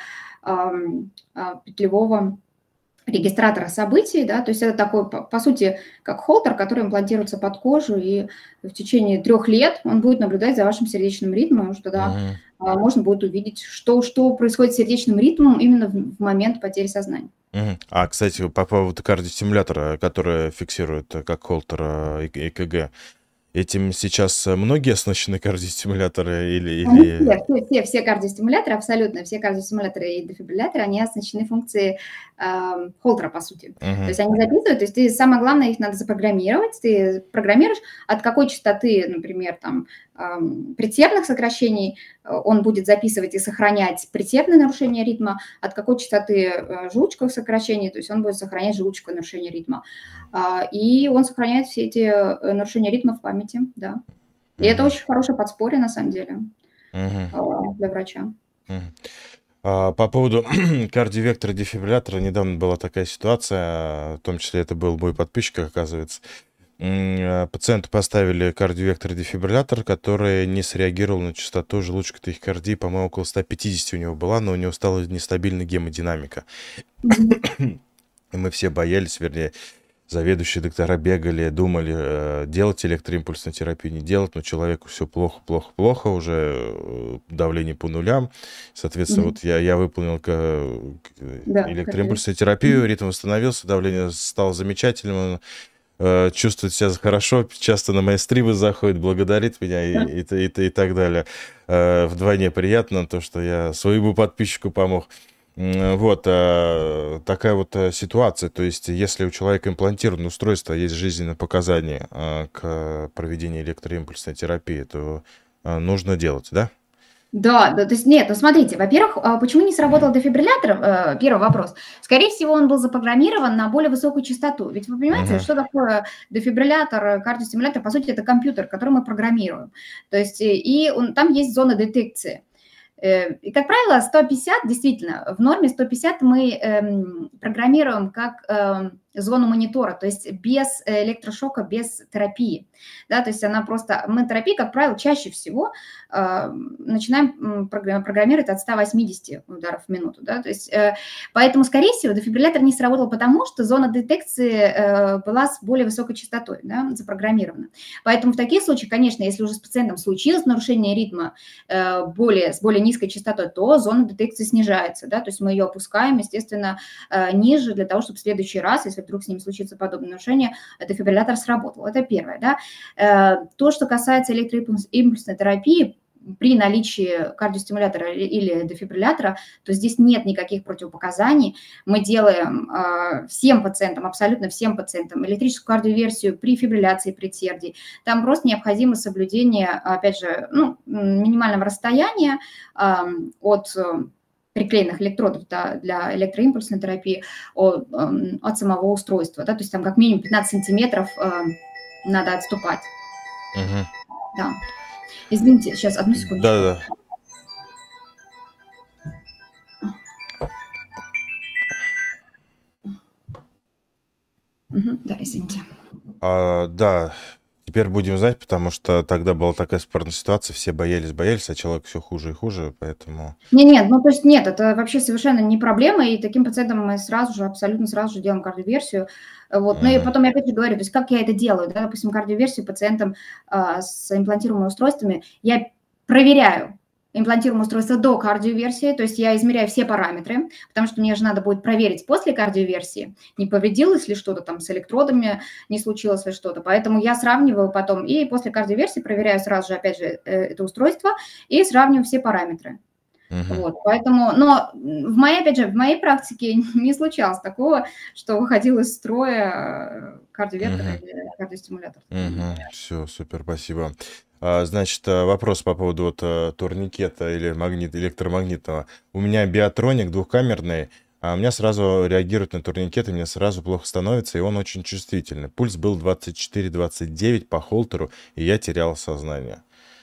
петлевого регистратора событий, да, то есть это такой, по сути, как холтер, который имплантируется под кожу, и в течение 3 лет он будет наблюдать за вашим сердечным ритмом, что тогда Мгм. можно будет увидеть, что происходит с сердечным ритмом именно в момент потери сознания. Мгм. Кстати, по поводу кардиостимулятора, который фиксирует как холтер ЭКГ, этим сейчас многие оснащены кардиостимуляторы Они или... все кардиостимуляторы, абсолютно все кардиостимуляторы и дефибрилляторы, они оснащены функцией холтера, по сути. То Мгм. есть они записывают, то есть ты, самое главное, их надо запрограммировать, ты программируешь, от какой частоты, например, там, предсердных сокращений он будет записывать и сохранять предсердное нарушение ритма, от какой частоты желудочковых сокращений, то есть он будет сохранять желудочковое нарушение ритма. И он сохраняет все эти нарушения ритма в памяти, да. И это Мгм. очень хорошее подспорье, на самом деле, Мгм. для врача. Мгм. По поводу кардиовектора дефибриллятора, недавно была такая ситуация, в том числе это был мой подписчик, оказывается. Пациенту поставили кардиовектор дефибриллятор, который не среагировал на частоту желудочковой тахикардии, по-моему, около 150 у него была, но у него стала нестабильная гемодинамика. Мгм. И мы все боялись, вернее, заведующие доктора бегали, думали, делать электроимпульсную терапию, не делать, но человеку все плохо, плохо, плохо, уже давление по нулям. Соответственно, Мгм. вот я выполнил Да, электроимпульсную кардиовертик. терапию, Мгм. ритм восстановился, давление стало замечательным. чувствует себя хорошо, часто на мои стримы заходит, благодарит меня и так далее. Вдвойне приятно то, что я своему подписчику помог. Вот такая вот ситуация. То есть, если у человека имплантировано устройство, есть жизненные показания к проведению электроимпульсной терапии, то нужно делать, да? Да, то есть нет, ну смотрите, во-первых, почему не сработал дефибриллятор? Первый вопрос. Скорее всего, он был запрограммирован на более высокую частоту. Ведь вы понимаете, что такое дефибриллятор, кардиостимулятор? По сути, это компьютер, который мы программируем. То есть там есть зона детекции. И, как правило, 150, действительно, в норме 150 мы программируем как зону монитора, то есть без электрошока, без терапии. Да, то есть мы терапию, как правило, чаще всего начинаем программировать от 180 ударов в минуту. Да, то есть, поэтому, скорее всего, дефибриллятор не сработал потому, что зона детекции была с более высокой частотой, да, запрограммирована. Поэтому в таких случаях, конечно, если уже с пациентом случилось нарушение ритма с более низкой частотой, то зона детекции снижается. Да, то есть мы ее опускаем, естественно, ниже для того, чтобы в следующий раз, если вдруг с ним случится подобное нарушение, дефибриллятор сработал. Это первое. Да. То, что касается электроимпульсной терапии, при наличии кардиостимулятора или дефибриллятора, то здесь нет никаких противопоказаний. Мы делаем всем пациентам, абсолютно всем пациентам, электрическую кардиоверсию при фибрилляции предсердий. Там просто необходимо соблюдение, опять же, минимального расстояния от приклеенных электродов для электроимпульсной терапии от самого устройства. Да? То есть там как минимум 15 сантиметров надо отступать. Да. Извините, сейчас, одну секунду. Да. Да, извините. Да, теперь будем знать, потому что тогда была такая спорная ситуация, все боялись, а человек все хуже и хуже, поэтому... Нет, нет, это вообще совершенно не проблема, и таким пациентам мы абсолютно сразу же делаем кардиоверсию. Вот. Ну и потом я опять же говорю, то есть как я это делаю, да, допустим, кардиоверсию пациентам с имплантируемыми устройствами, я проверяю имплантируемое устройство до кардиоверсии, то есть я измеряю все параметры, потому что мне же надо будет проверить после кардиоверсии, не повредилось ли что-то там с электродами, не случилось ли что-то. Поэтому я сравниваю потом и после кардиоверсии проверяю сразу же, опять же, это устройство и сравниваю все параметры. Вот, поэтому, но в моей практике не случалось такого, что выходил из строя кардиовертор или кардиостимулятор. Все, супер, спасибо. Значит, вопрос по поводу турникета или электромагнитного. У меня биотроник двухкамерный, а у меня сразу реагирует на турникет, и мне сразу плохо становится, и он очень чувствительный. Пульс был 24-29 по холтеру, и я терял сознание.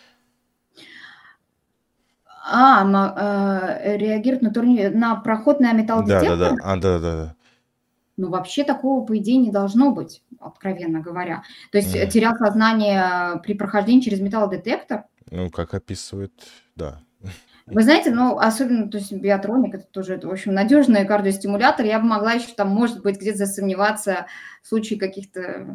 Реагирует на проход на металлодетектор? Да. Ну, вообще такого, по идее, не должно быть, откровенно говоря. То есть терял сознание при прохождении через металлодетектор? Ну, как описывают, да. Вы знаете, особенно, то есть биотроник, это тоже, в общем, надежный кардиостимулятор. Я бы могла еще там, может быть, где-то засомневаться в случае каких-то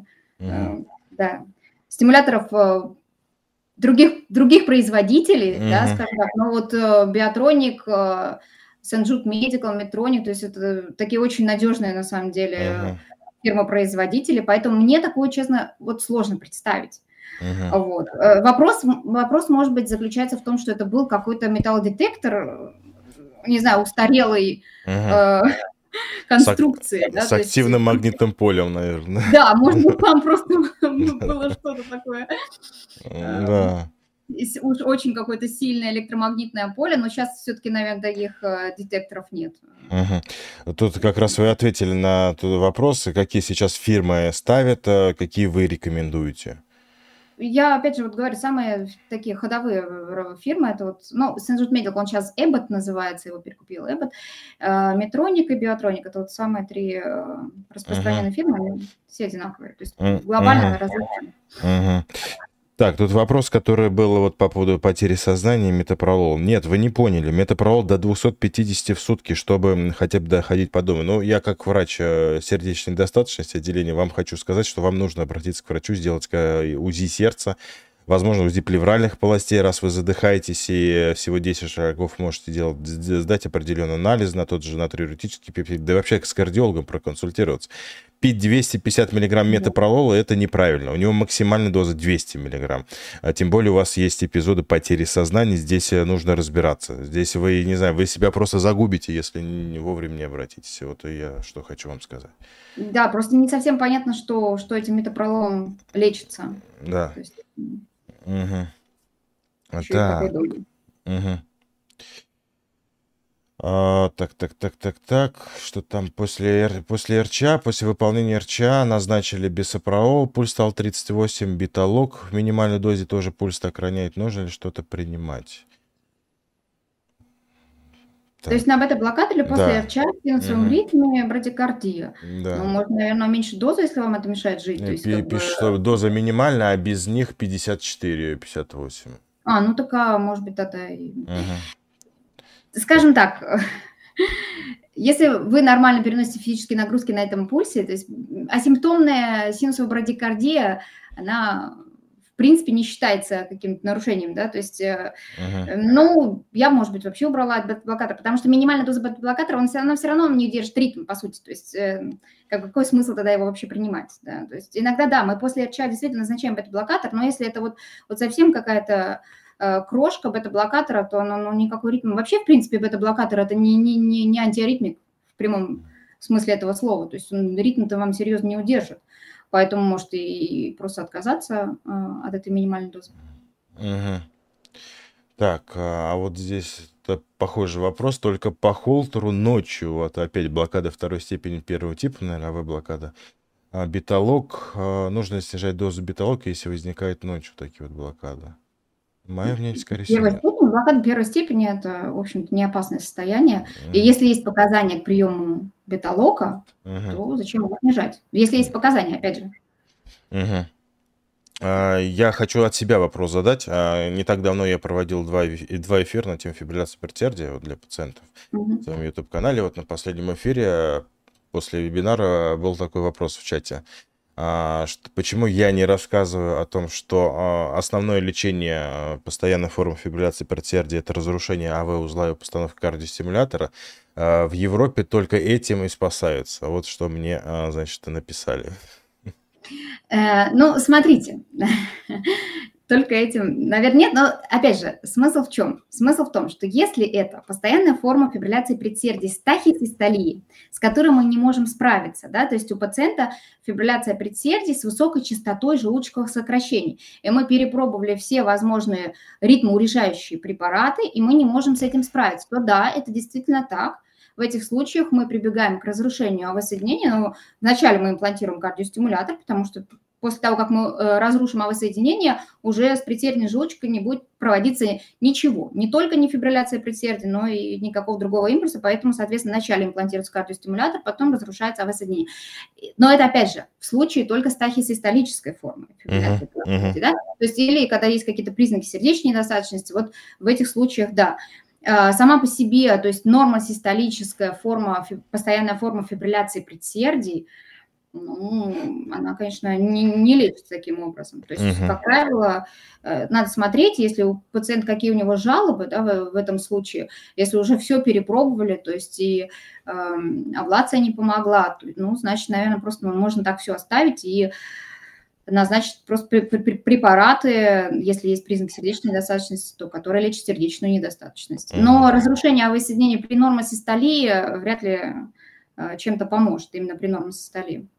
стимуляторов других производителей, да, скажем так. Но вот биотроник, St. Jude Medical, Medtronic, то есть это такие очень надежные, на самом деле, фирмы-производители, поэтому мне такое, честно, вот сложно представить. Вот. Вопрос, может быть, заключается в том, что это был какой-то металлодетектор, не знаю, устарелой конструкции. С активным магнитным полем, наверное. Да, может быть, там просто было что-то такое. Да. Уж очень какое-то сильное электромагнитное поле, но сейчас все-таки, наверное, таких детекторов нет. Тут как раз вы ответили на вопросы, какие сейчас фирмы ставят, какие вы рекомендуете. Я, опять же, вот говорю, самые такие ходовые фирмы, это вот, St. Jude Medical, он сейчас Abbott называется, его перекупил Abbott, Medtronic и Biotronic, это вот самые три распространенные фирмы, они все одинаковые, то есть глобальное различие. Так, тут вопрос, который был вот по поводу потери сознания, метопролол. Нет, вы не поняли, метопролол до 250 в сутки, чтобы хотя бы доходить по дому. Но я как врач сердечной недостаточности отделения вам хочу сказать, что вам нужно обратиться к врачу, сделать УЗИ сердца, возможно, УЗИ плевральных полостей, раз вы задыхаетесь и всего 10 шагов можете делать, сдать определенный анализ на тот же натриуретический пептид, да и вообще с кардиологом проконсультироваться. пить 250 миллиграмм Да. метопролола, это неправильно. У него максимальная доза 200 миллиграмм. Тем более у вас есть эпизоды потери сознания, здесь нужно разбираться. Здесь вы, не знаю, вы себя просто загубите, если не вовремя не обратитесь. Вот и я что хочу вам сказать. Да, просто не совсем понятно, что этим метопрололом лечится. Да. То есть Угу. еще и в такой Так. дозе. Угу. Так. Что там после РЧА, после выполнения РЧА назначили бисопроол, пульс стал 38, биталог в минимальной дозе тоже пульс так роняет. Нужно ли что-то принимать? То есть на бета-блокаторе после Да. РЧА в синусовом ритме брадикардия. Да. Ну, можно, наверное, меньше дозы, если вам это мешает жить. То есть, Пишет, что доза минимальная, а без них 54-58. ну так, может быть, тогда... Угу. Скажем так, если вы нормально переносите физические нагрузки на этом пульсе, то есть асимптомная синусовая брадикардия, она, в принципе, не считается каким-то нарушением, да, то есть, ну, я, может быть, вообще убрала от бета-блокатора, потому что минимальная доза бета-блокатора, она все равно не держит ритм, по сути, то есть какой смысл тогда его вообще принимать, да, то есть иногда, да, мы после РЧА действительно назначаем бета-блокатор, но если это вот совсем какая-то крошка бета-блокатора, то никакой ритм. Вообще, в принципе, бета-блокатор – это не антиаритмик в прямом смысле этого слова. То есть он ритм-то вам серьезно не удержит. Поэтому может и просто отказаться от этой минимальной дозы. Угу. Так, а вот здесь похожий вопрос, только по холтеру ночью. Вот опять блокада второй степени первого типа, наверное, АВ-блокада. Беталог, нужно снижать дозу беталога, если возникает ночью такие вот блокады. Мое мнение, скорее всего, нет. Блокада первой степени – это, в общем-то, не опасное состояние. И если есть показания к приему беталока, то зачем его снижать? Если есть показания, опять же. Я хочу от себя вопрос задать. Не так давно я проводил два эфира на тему фибрилляции предсердия для пациентов в своем YouTube-канале. Вот на последнем эфире после вебинара был такой вопрос в чате. Почему я не рассказываю о том, что основное лечение постоянной формы фибрилляции предсердия – это разрушение АВ-узла и постановка кардиостимулятора. В Европе только этим и спасаются. Вот что мне, значит, написали. Ну, смотрите, только этим, наверное, нет, но, опять же, смысл в чем? Смысл в том, что если это постоянная форма фибрилляции предсердий с тахисистолией, с которой мы не можем справиться, да, то есть у пациента фибрилляция предсердий с высокой частотой желудочковых сокращений, и мы перепробовали все возможные ритмоурежающие препараты, и мы не можем с этим справиться, то да, это действительно так. В этих случаях мы прибегаем к разрушению АВ-соединения. Но вначале мы имплантируем кардиостимулятор, потому что после того, как мы разрушим АВ-соединение, уже с предсердной желудочкой не будет проводиться ничего. Не только не фибрилляция предсердий, но и никакого другого импульса. Поэтому, соответственно, вначале имплантируется кардиостимулятор, потом разрушается АВ-соединение. Но это, опять же, в случае только с тахисистолической формой фибрилляции предсердий. Да? То есть или когда есть какие-то признаки сердечной недостаточности, вот в этих случаях, да. Сама по себе, то есть нормосистолическая форма, постоянная форма фибрилляции предсердий, ну, она, конечно, не лечится таким образом. То есть, как правило, надо смотреть, если у пациента какие у него жалобы, да, в этом случае, если уже все перепробовали, то есть и аблация не помогла, ну, значит, наверное, просто можно так все оставить и назначить просто препараты, если есть признак сердечной недостаточности, то которые лечат сердечную недостаточность. Но разрушение АВ-соединения при нормосистолии вряд ли чем-то поможет, именно при нормосистолии.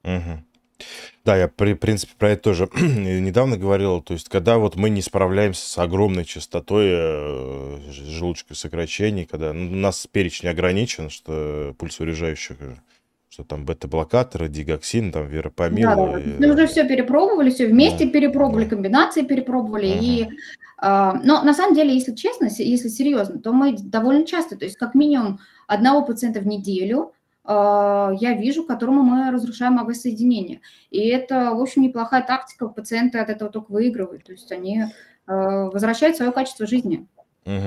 Да, я, в принципе, про это тоже недавно говорил. То есть, когда вот мы не справляемся с огромной частотой желудочковых сокращений, когда у нас перечень ограничен, что пульсоурежающих, что там бета-блокаторы, дигоксин, там верапамил. Да. Мы уже все перепробовали, все вместе перепробовали, комбинации перепробовали. Но на самом деле, если честно, если серьезно, то мы довольно часто, то есть как минимум одного пациента в неделю я вижу, которому мы разрушаем АВ-соединение. И это, в общем, неплохая тактика, пациенты от этого только выигрывают, то есть они возвращают свое качество жизни.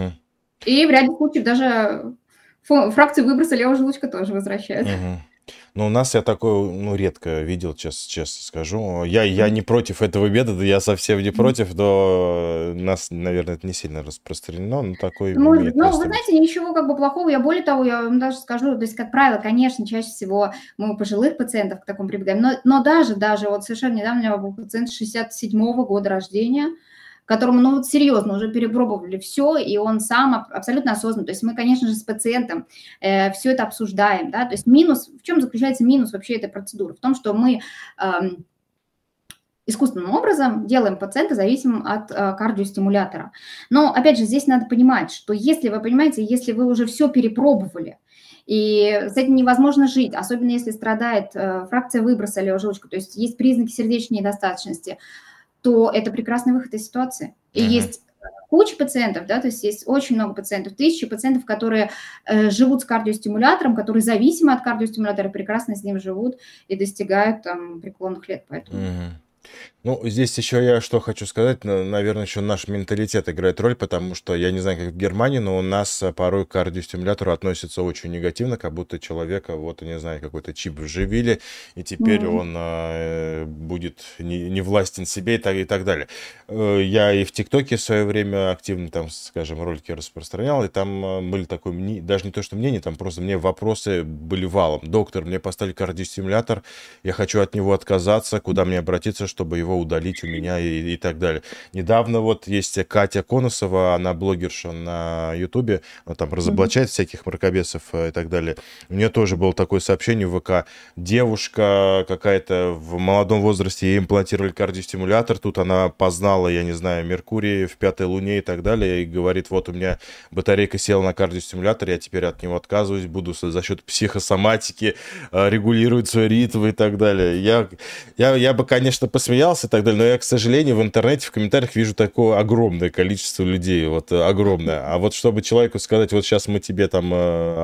И в ряде случаев даже фракцию выброса левого желудочка тоже возвращают. Но у нас я такое, ну, редко видел, честно скажу. Я не против этого метода, я совсем не против, но у нас, наверное, это не сильно распространено, но такое Может быть. имеет Но вы место быть. знаете, ничего как бы плохого. Я более того, я вам даже скажу, то есть, как правило, конечно, чаще всего мы у пожилых пациентов к такому прибегаем, но даже вот совершенно недавно у меня был пациент 67-го года рождения, которому, ну вот серьезно, уже перепробовали все, и он сам абсолютно осознанно. То есть мы, конечно же, с пациентом все это обсуждаем, да, то есть минус, в чем заключается минус вообще этой процедуры? В том, что мы искусственным образом делаем пациента зависимым от кардиостимулятора. Но, опять же, здесь надо понимать, что если вы понимаете, если вы уже все перепробовали, и с этим невозможно жить, особенно если страдает фракция выброса левой желудочка, то есть есть признаки сердечной недостаточности, то это прекрасный выход из ситуации. И Мгм. есть куча пациентов, да, то есть есть очень много пациентов, тысячи пациентов, которые живут с кардиостимулятором, которые зависимы от кардиостимулятора, прекрасно с ним живут и достигают там преклонных лет, поэтому... Мгм. Ну, здесь еще я что хочу сказать, наверное, еще наш менталитет играет роль, потому что я не знаю, как в Германии, но у нас порой к кардиостимулятору относятся очень негативно, как будто человека, вот, не знаю, какой-то чип вживили, и теперь Мгм. он будет не властен себе и так далее. Я и в ТикТоке в свое время активно там, скажем, ролики распространял, и там были такое, даже не то, что мнение, там просто мне вопросы были валом. Доктор, мне поставили кардиостимулятор, я хочу от него отказаться, куда мне обратиться, чтобы его удалить у меня и так далее. Недавно вот есть Катя Конусова, она блогерша на Ютубе, она там Мгм. разоблачает всяких мракобесов и так далее. У нее тоже было такое сообщение в ВК. Девушка какая-то в молодом возрасте, ей имплантировали кардиостимулятор, тут она познала, я не знаю, Меркурий в пятой луне и так далее, и говорит, вот у меня батарейка села на кардиостимулятор, я теперь от него отказываюсь, буду за счет психосоматики регулировать свой ритм и так далее. Я бы, конечно, посмеялся и так далее, но я, к сожалению, в интернете, в комментариях вижу такое огромное количество людей, вот огромное. А вот чтобы человеку сказать, вот сейчас мы тебе там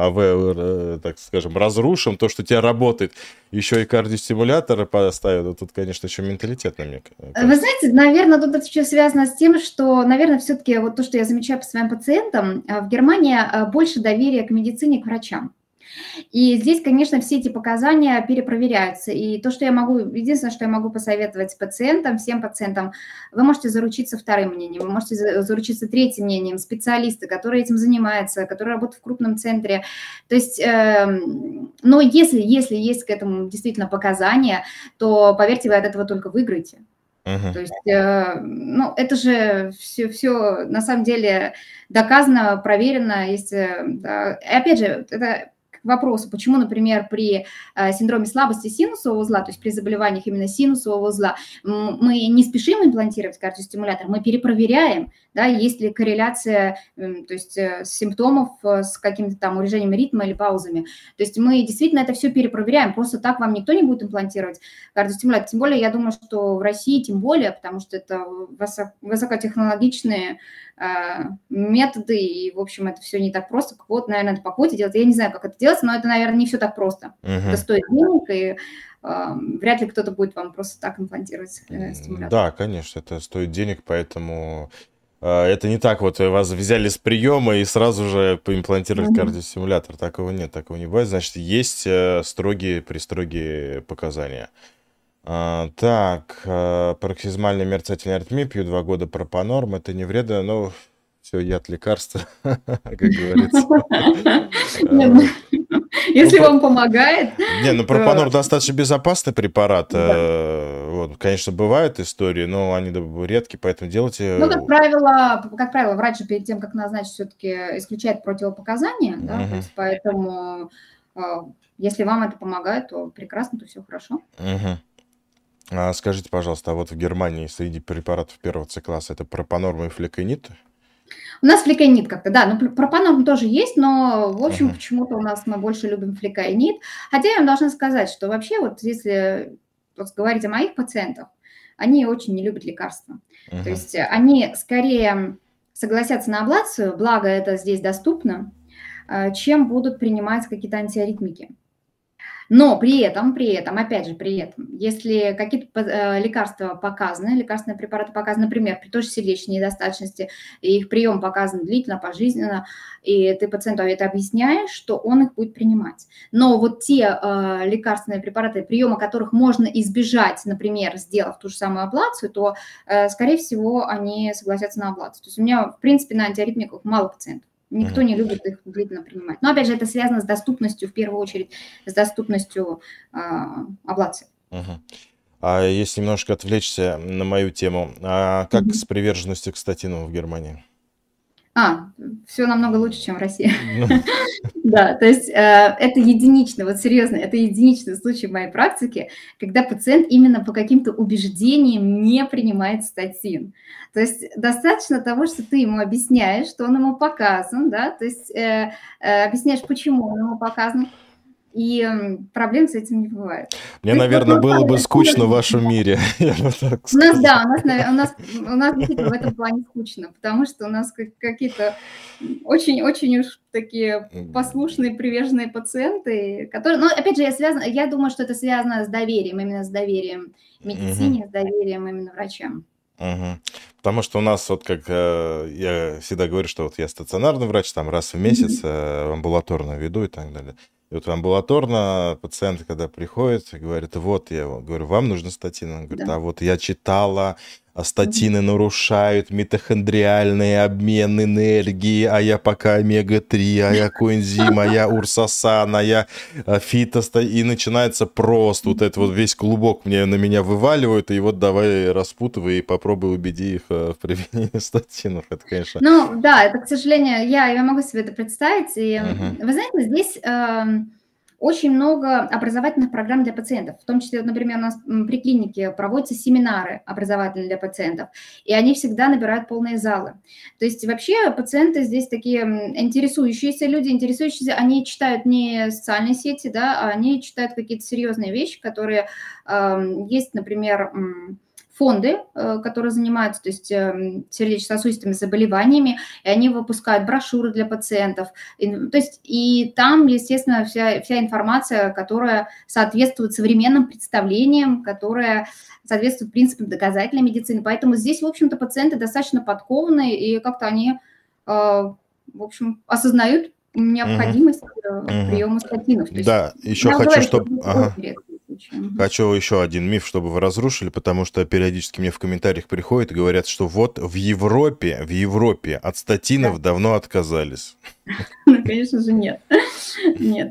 так скажем, разрушим то, что у тебя работает, еще и кардиостимуляторы поставят, вот тут, конечно, еще менталитет, мне Вы кажется. знаете, наверное, тут это еще связано с тем, что, наверное, все-таки вот то, что я замечаю по своим пациентам, в Германии больше доверия к медицине, к врачам. И здесь, конечно, все эти показания перепроверяются. И то, что я могу, единственное, что я могу посоветовать пациентам, всем пациентам, вы можете заручиться вторым мнением, вы можете заручиться третьим мнением, специалисты, которые этим занимаются, которые работают в крупном центре. То есть, но если есть к этому действительно показания, то, поверьте, вы от этого только выиграете. Мгм. То есть, ну, это же все на самом деле доказано, проверено. Есть, да. И опять же, это к вопросу, почему, например, при синдроме слабости синусового узла, то есть при заболеваниях именно синусового узла, мы не спешим имплантировать кардиостимулятор, мы перепроверяем, да, есть ли корреляция, то есть симптомов с каким-то там урежением ритма или паузами. То есть мы действительно это все перепроверяем, просто так вам никто не будет имплантировать кардиостимулятор. Тем более, я думаю, что в России тем более, потому что это высокотехнологичные методы, и, в общем, это все не так просто, как вот, наверное, это по квоте делать. Я не знаю, как это делается, но это, наверное, не все так просто. Это Мгм. стоит денег, и вряд ли кто-то будет вам просто так имплантировать стимулятор. Да, конечно, это стоит денег, поэтому это не так вот вас взяли с приема и сразу же поимплантировали Мгм. кардиостимулятор. Такого нет, такого не бывает. Значит, есть строгие показания. Так, пароксизмальная мерцательная аритмия, пью 2 года пропанорм, это не вредно, но все, яд лекарства, как говорится. Не, Вот. Ну, если вам помогает, не, ну то пропанор достаточно безопасный препарат. да. Вот, конечно, бывают истории, но они редкие, поэтому Ну, делайте. как правило, врач же перед тем, как назначить, все-таки исключает противопоказания, да, то Мгм, есть поэтому, если вам это помогает, то прекрасно, то все хорошо. мгм. Скажите, пожалуйста, а вот в Германии среди препаратов первого С-класса это пропанорм и флеконит? У нас флеконит как-то, да, ну, пропанол тоже есть, но, в общем, Мгм, почему-то у нас мы больше любим флеконит. Хотя я вам должна сказать, что вообще вот если вот говорить о моих пациентах, они очень не любят лекарства. То мгм, есть они скорее согласятся на аблацию, благо это здесь доступно, чем будут принимать какие-то антиаритмики. Но опять же, если какие-то лекарства показаны, лекарственные препараты показаны, например, при той же сердечной недостаточности, и их прием показан длительно, пожизненно, и ты пациенту это объясняешь, что он их будет принимать. Но вот те лекарственные препараты, приема которых можно избежать, например, сделав ту же самую аблацию, то, скорее всего, они согласятся на аблацию. То есть у меня, в принципе, на антиаритмиках мало пациентов. Никто не любит их длительно принимать. Но, опять же, это связано с доступностью, в первую очередь, с доступностью аблации. А если немножко отвлечься на мою тему, как с приверженностью к статинам в Германии? Все намного лучше, чем в России. Да, то есть это единичный, вот серьезно, это единичный случай в моей практике, когда пациент именно по каким-то убеждениям не принимает статин. То есть достаточно того, что ты ему объясняешь, что он ему показан, да, то есть объясняешь, почему он ему показан, и проблем с этим не бывает. Мне, наверное, было бы скучно в вашем мире. У нас действительно в этом плане скучно, потому что у нас какие-то очень уж такие послушные, приверженные пациенты, которые, ну, опять же, я думаю, что это связано с доверием, именно с доверием медицине, с доверием именно врачам. Потому что у нас, вот как я всегда говорю, что вот я стационарный врач, там раз в месяц амбулаторно веду и так далее. И вот амбулаторно пациент, когда приходит, говорит, вот, я говорю, вам нужны статины? Он говорит, а вот я читала, а статины нарушают митохондриальный обмен энергии, а я пока омега-3, а я коэнзим, а я урсасан, а я фитоста, и начинается просто вот это вот весь клубок на меня вываливают, и вот давай распутывай и попробуй убеди их в применении статинов. Это, конечно... Ну, да, это, к сожалению, я могу себе это представить, и вы знаете, здесь... очень много образовательных программ для пациентов, в том числе, например, у нас при клинике проводятся семинары образовательные для пациентов, и они всегда набирают полные залы. То есть вообще пациенты здесь такие интересующиеся люди, они читают не социальные сети, да, а они читают какие-то серьезные вещи, которые есть, например, фонды, которые занимаются, то есть сердечно-сосудистыми заболеваниями, и они выпускают брошюры для пациентов. То есть и там, естественно, вся информация, которая соответствует современным представлениям, которая соответствует принципам доказательной медицины. Поэтому здесь, в общем-то, пациенты достаточно подкованные, и как-то они, в общем, осознают необходимость приема статинов. Да, еще хочу, чтобы... Хочу еще один миф, чтобы вы разрушили, потому что периодически мне в комментариях приходят и говорят, что вот в Европе от статинов давно отказались. Ну, конечно же, нет. Нет.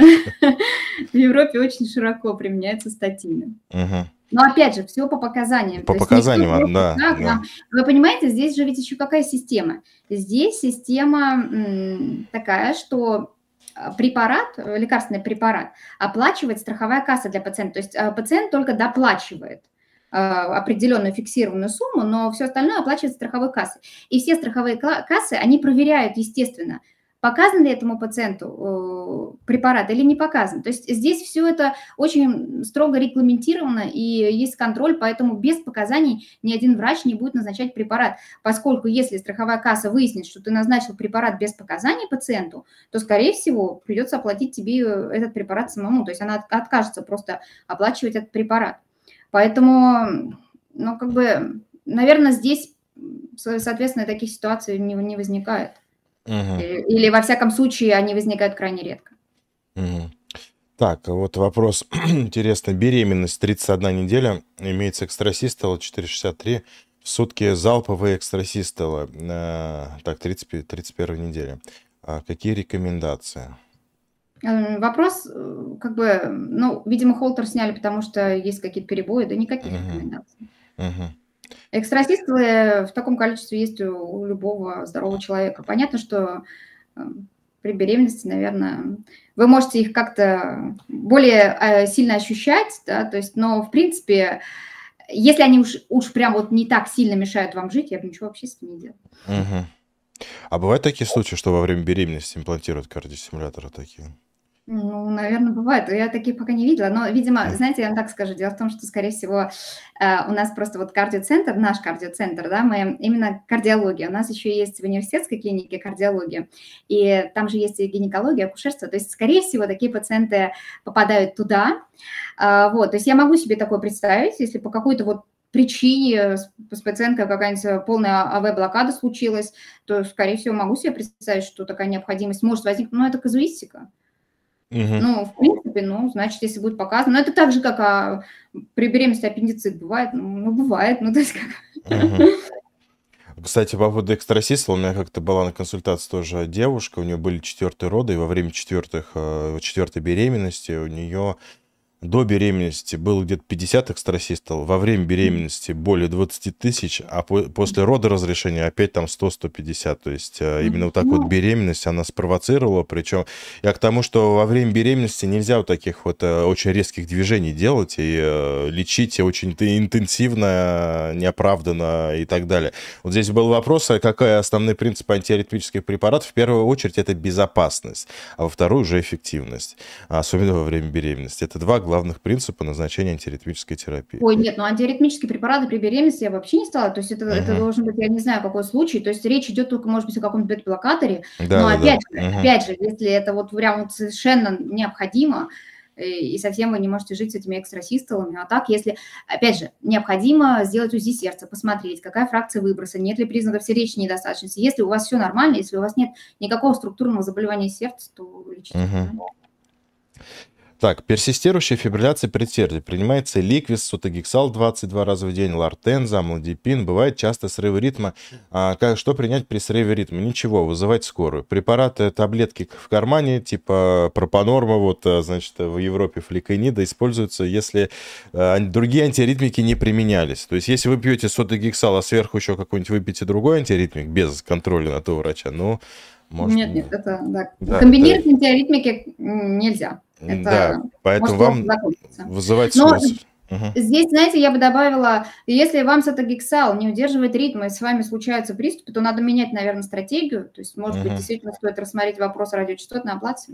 В Европе очень широко применяются статины. Но опять же, все по показаниям. По показаниям, да. Вы понимаете, здесь же ведь еще какая система? Здесь система такая, что лекарственный препарат оплачивает страховая касса для пациента. То есть пациент только доплачивает определенную фиксированную сумму, но все остальное оплачивает страховой кассой. И все страховые кассы, они проверяют, естественно, показан ли этому пациенту препарат или не показан. То есть здесь все это очень строго регламентировано и есть контроль, поэтому без показаний ни один врач не будет назначать препарат, поскольку если страховая касса выяснит, что ты назначил препарат без показаний пациенту, то, скорее всего, придется оплатить тебе этот препарат самому, то есть она откажется просто оплачивать этот препарат. Поэтому, ну, как бы, наверное, здесь, соответственно, таких ситуаций не возникает. Или, во всяком случае, они возникают крайне редко. Так, вот вопрос интересный. Беременность 31 неделя, имеется экстрасистола 4,63, в сутки залповые экстрасистолы, так, 31 неделя. Какие рекомендации? Вопрос, как бы, ну, видимо, холтер сняли, потому что есть какие-то перебои, да никаких рекомендаций. Экстрасистолы в таком количестве есть у любого здорового человека. Понятно, что при беременности, наверное, вы можете их как-то более сильно ощущать, да, то есть, но, в принципе, если они уж прям вот не так сильно мешают вам жить, я бы ничего вообще с этим не делала. А бывают такие случаи, что во время беременности имплантируют кардиостимуляторы такие? Ну, наверное, бывает. Я таких пока не видела. Но, видимо, знаете, я вам так скажу. Дело в том, что, скорее всего, у нас просто вот кардиоцентр, наш кардиоцентр, да, мы именно кардиология. У нас еще есть в университетской клинике кардиология. И там же есть и гинекология, акушерство. То есть, скорее всего, такие пациенты попадают туда. Вот. То есть я могу себе такое представить, если по какой-то вот причине с пациенткой какая-нибудь полная АВ-блокада случилась, то, скорее всего, могу себе представить, что такая необходимость может возникнуть. Но это казуистика. Ну, в принципе, ну, значит, если будет показано. Но это так же, как при беременности аппендицит бывает. Ну, бывает. Ну, то есть как... Кстати, по поводу экстрасиста, у меня как-то была на консультации тоже девушка, у нее были 4-е роды, и во время 4-й беременности у нее до беременности было где-то 50 экстрасистов, во время беременности более 20 тысяч, а после рода разрешения опять там 100-150. То есть именно вот так вот беременность она спровоцировала. Причем я к тому, что во время беременности нельзя вот таких вот очень резких движений делать и лечить очень интенсивно, неоправданно и так далее. Вот здесь был вопрос, а какой основной принцип антиаритмических препаратов? В первую очередь это безопасность, а во вторую уже эффективность, особенно во время беременности. Это два главных принципа назначения антиаритмической терапии. Ой, нет, ну антиаритмические препараты при беременности я вообще не стала. То есть это должен быть, я не знаю, какой случай. То есть речь идет только, может быть, о каком-то бета-блокаторе. Но опять же, если это вот прям вот совершенно необходимо, и совсем вы не можете жить с этими экстрасистолами. А так, если, опять же, необходимо сделать УЗИ сердца, посмотреть, какая фракция выброса, нет ли признаков сердечной недостаточности. Если у вас все нормально, если у вас нет никакого структурного заболевания сердца, то лечите. Так, персистирующая фибрилляция предсердия. Принимается ликвис, сотагексал 22 раза в день, лартенза, амлодипин. Бывает часто срывы ритма. Что принять при срыве ритма? Ничего, вызывать скорую. Препараты, таблетки в кармане, типа пропанорма, вот, значит, в Европе фликонида, используются, если другие антиаритмики не применялись. То есть, если вы пьете сотагексал, а сверху еще какой-нибудь выпьете другой антиаритмик без контроля на то врача, ну, может... Нет, это да. Комбинировать антиаритмики нельзя. Это да, поэтому вам вызывать скорость. Здесь, знаете, я бы добавила, если вам сотагексал не удерживает ритма и с вами случаются приступы, то надо менять, наверное, стратегию. То есть, может быть, действительно стоит рассмотреть вопрос радиочастотной аблации.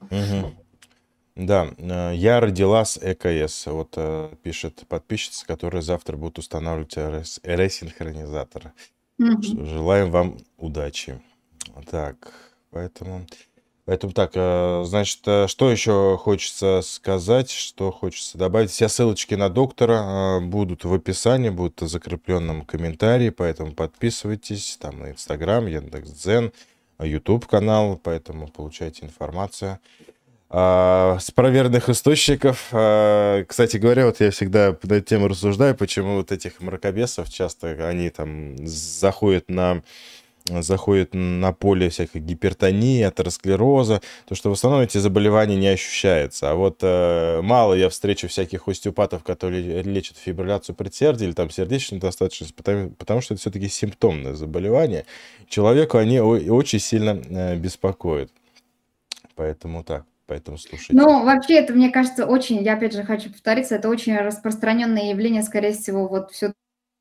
Да, я родила с ЭКС. Вот пишет подписчица, которая завтра будет устанавливать ресинхронизатор. Желаем вам удачи. Так, поэтому так, значит, что еще хочется сказать, что хочется добавить? Все ссылочки на доктора будут в описании, будут в закрепленном комментарии, поэтому подписывайтесь, там на Инстаграм, Яндекс.Дзен, YouTube-канал, поэтому получайте информацию с проверенных источников. Кстати говоря, вот я всегда на эту тему рассуждаю, почему вот этих мракобесов часто они там заходят на поле всякой гипертонии, атеросклероза, то что в основном эти заболевания не ощущаются. А вот мало я встречу всяких остеопатов, которые лечат фибрилляцию предсердия или там сердечную недостаточность, потому что это все-таки симптомное заболевание. Человеку они очень сильно беспокоят. Поэтому так. Поэтому слушайте. Ну, вообще, это, мне кажется, очень, я опять же хочу повториться, это очень распространенное явление, скорее всего, вот все.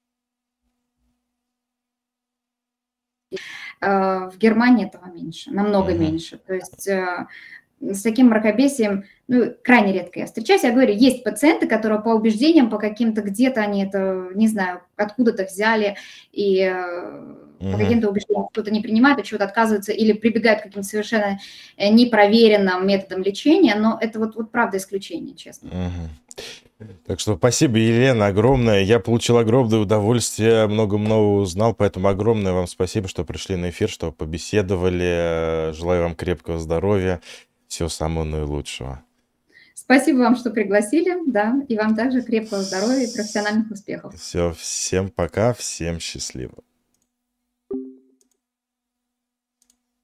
В Германии этого меньше, намного меньше. То есть с таким мракобесием, ну, крайне редко я встречаюсь. Я говорю, есть пациенты, которые по убеждениям, по каким-то где-то они это, не знаю, откуда-то взяли, и по каким-то убеждениям кто-то не принимает, от чего-то отказывается, или прибегают к каким-то совершенно непроверенным методам лечения, но это вот правда исключение, честно. Так что спасибо, Елена, огромное. Я получил огромное удовольствие, много нового узнал, поэтому огромное вам спасибо, что пришли на эфир, что побеседовали. Желаю вам крепкого здоровья, всего самого наилучшего. Спасибо вам, что пригласили, да, и вам также крепкого здоровья и профессиональных успехов. Все, всем пока, всем счастливо.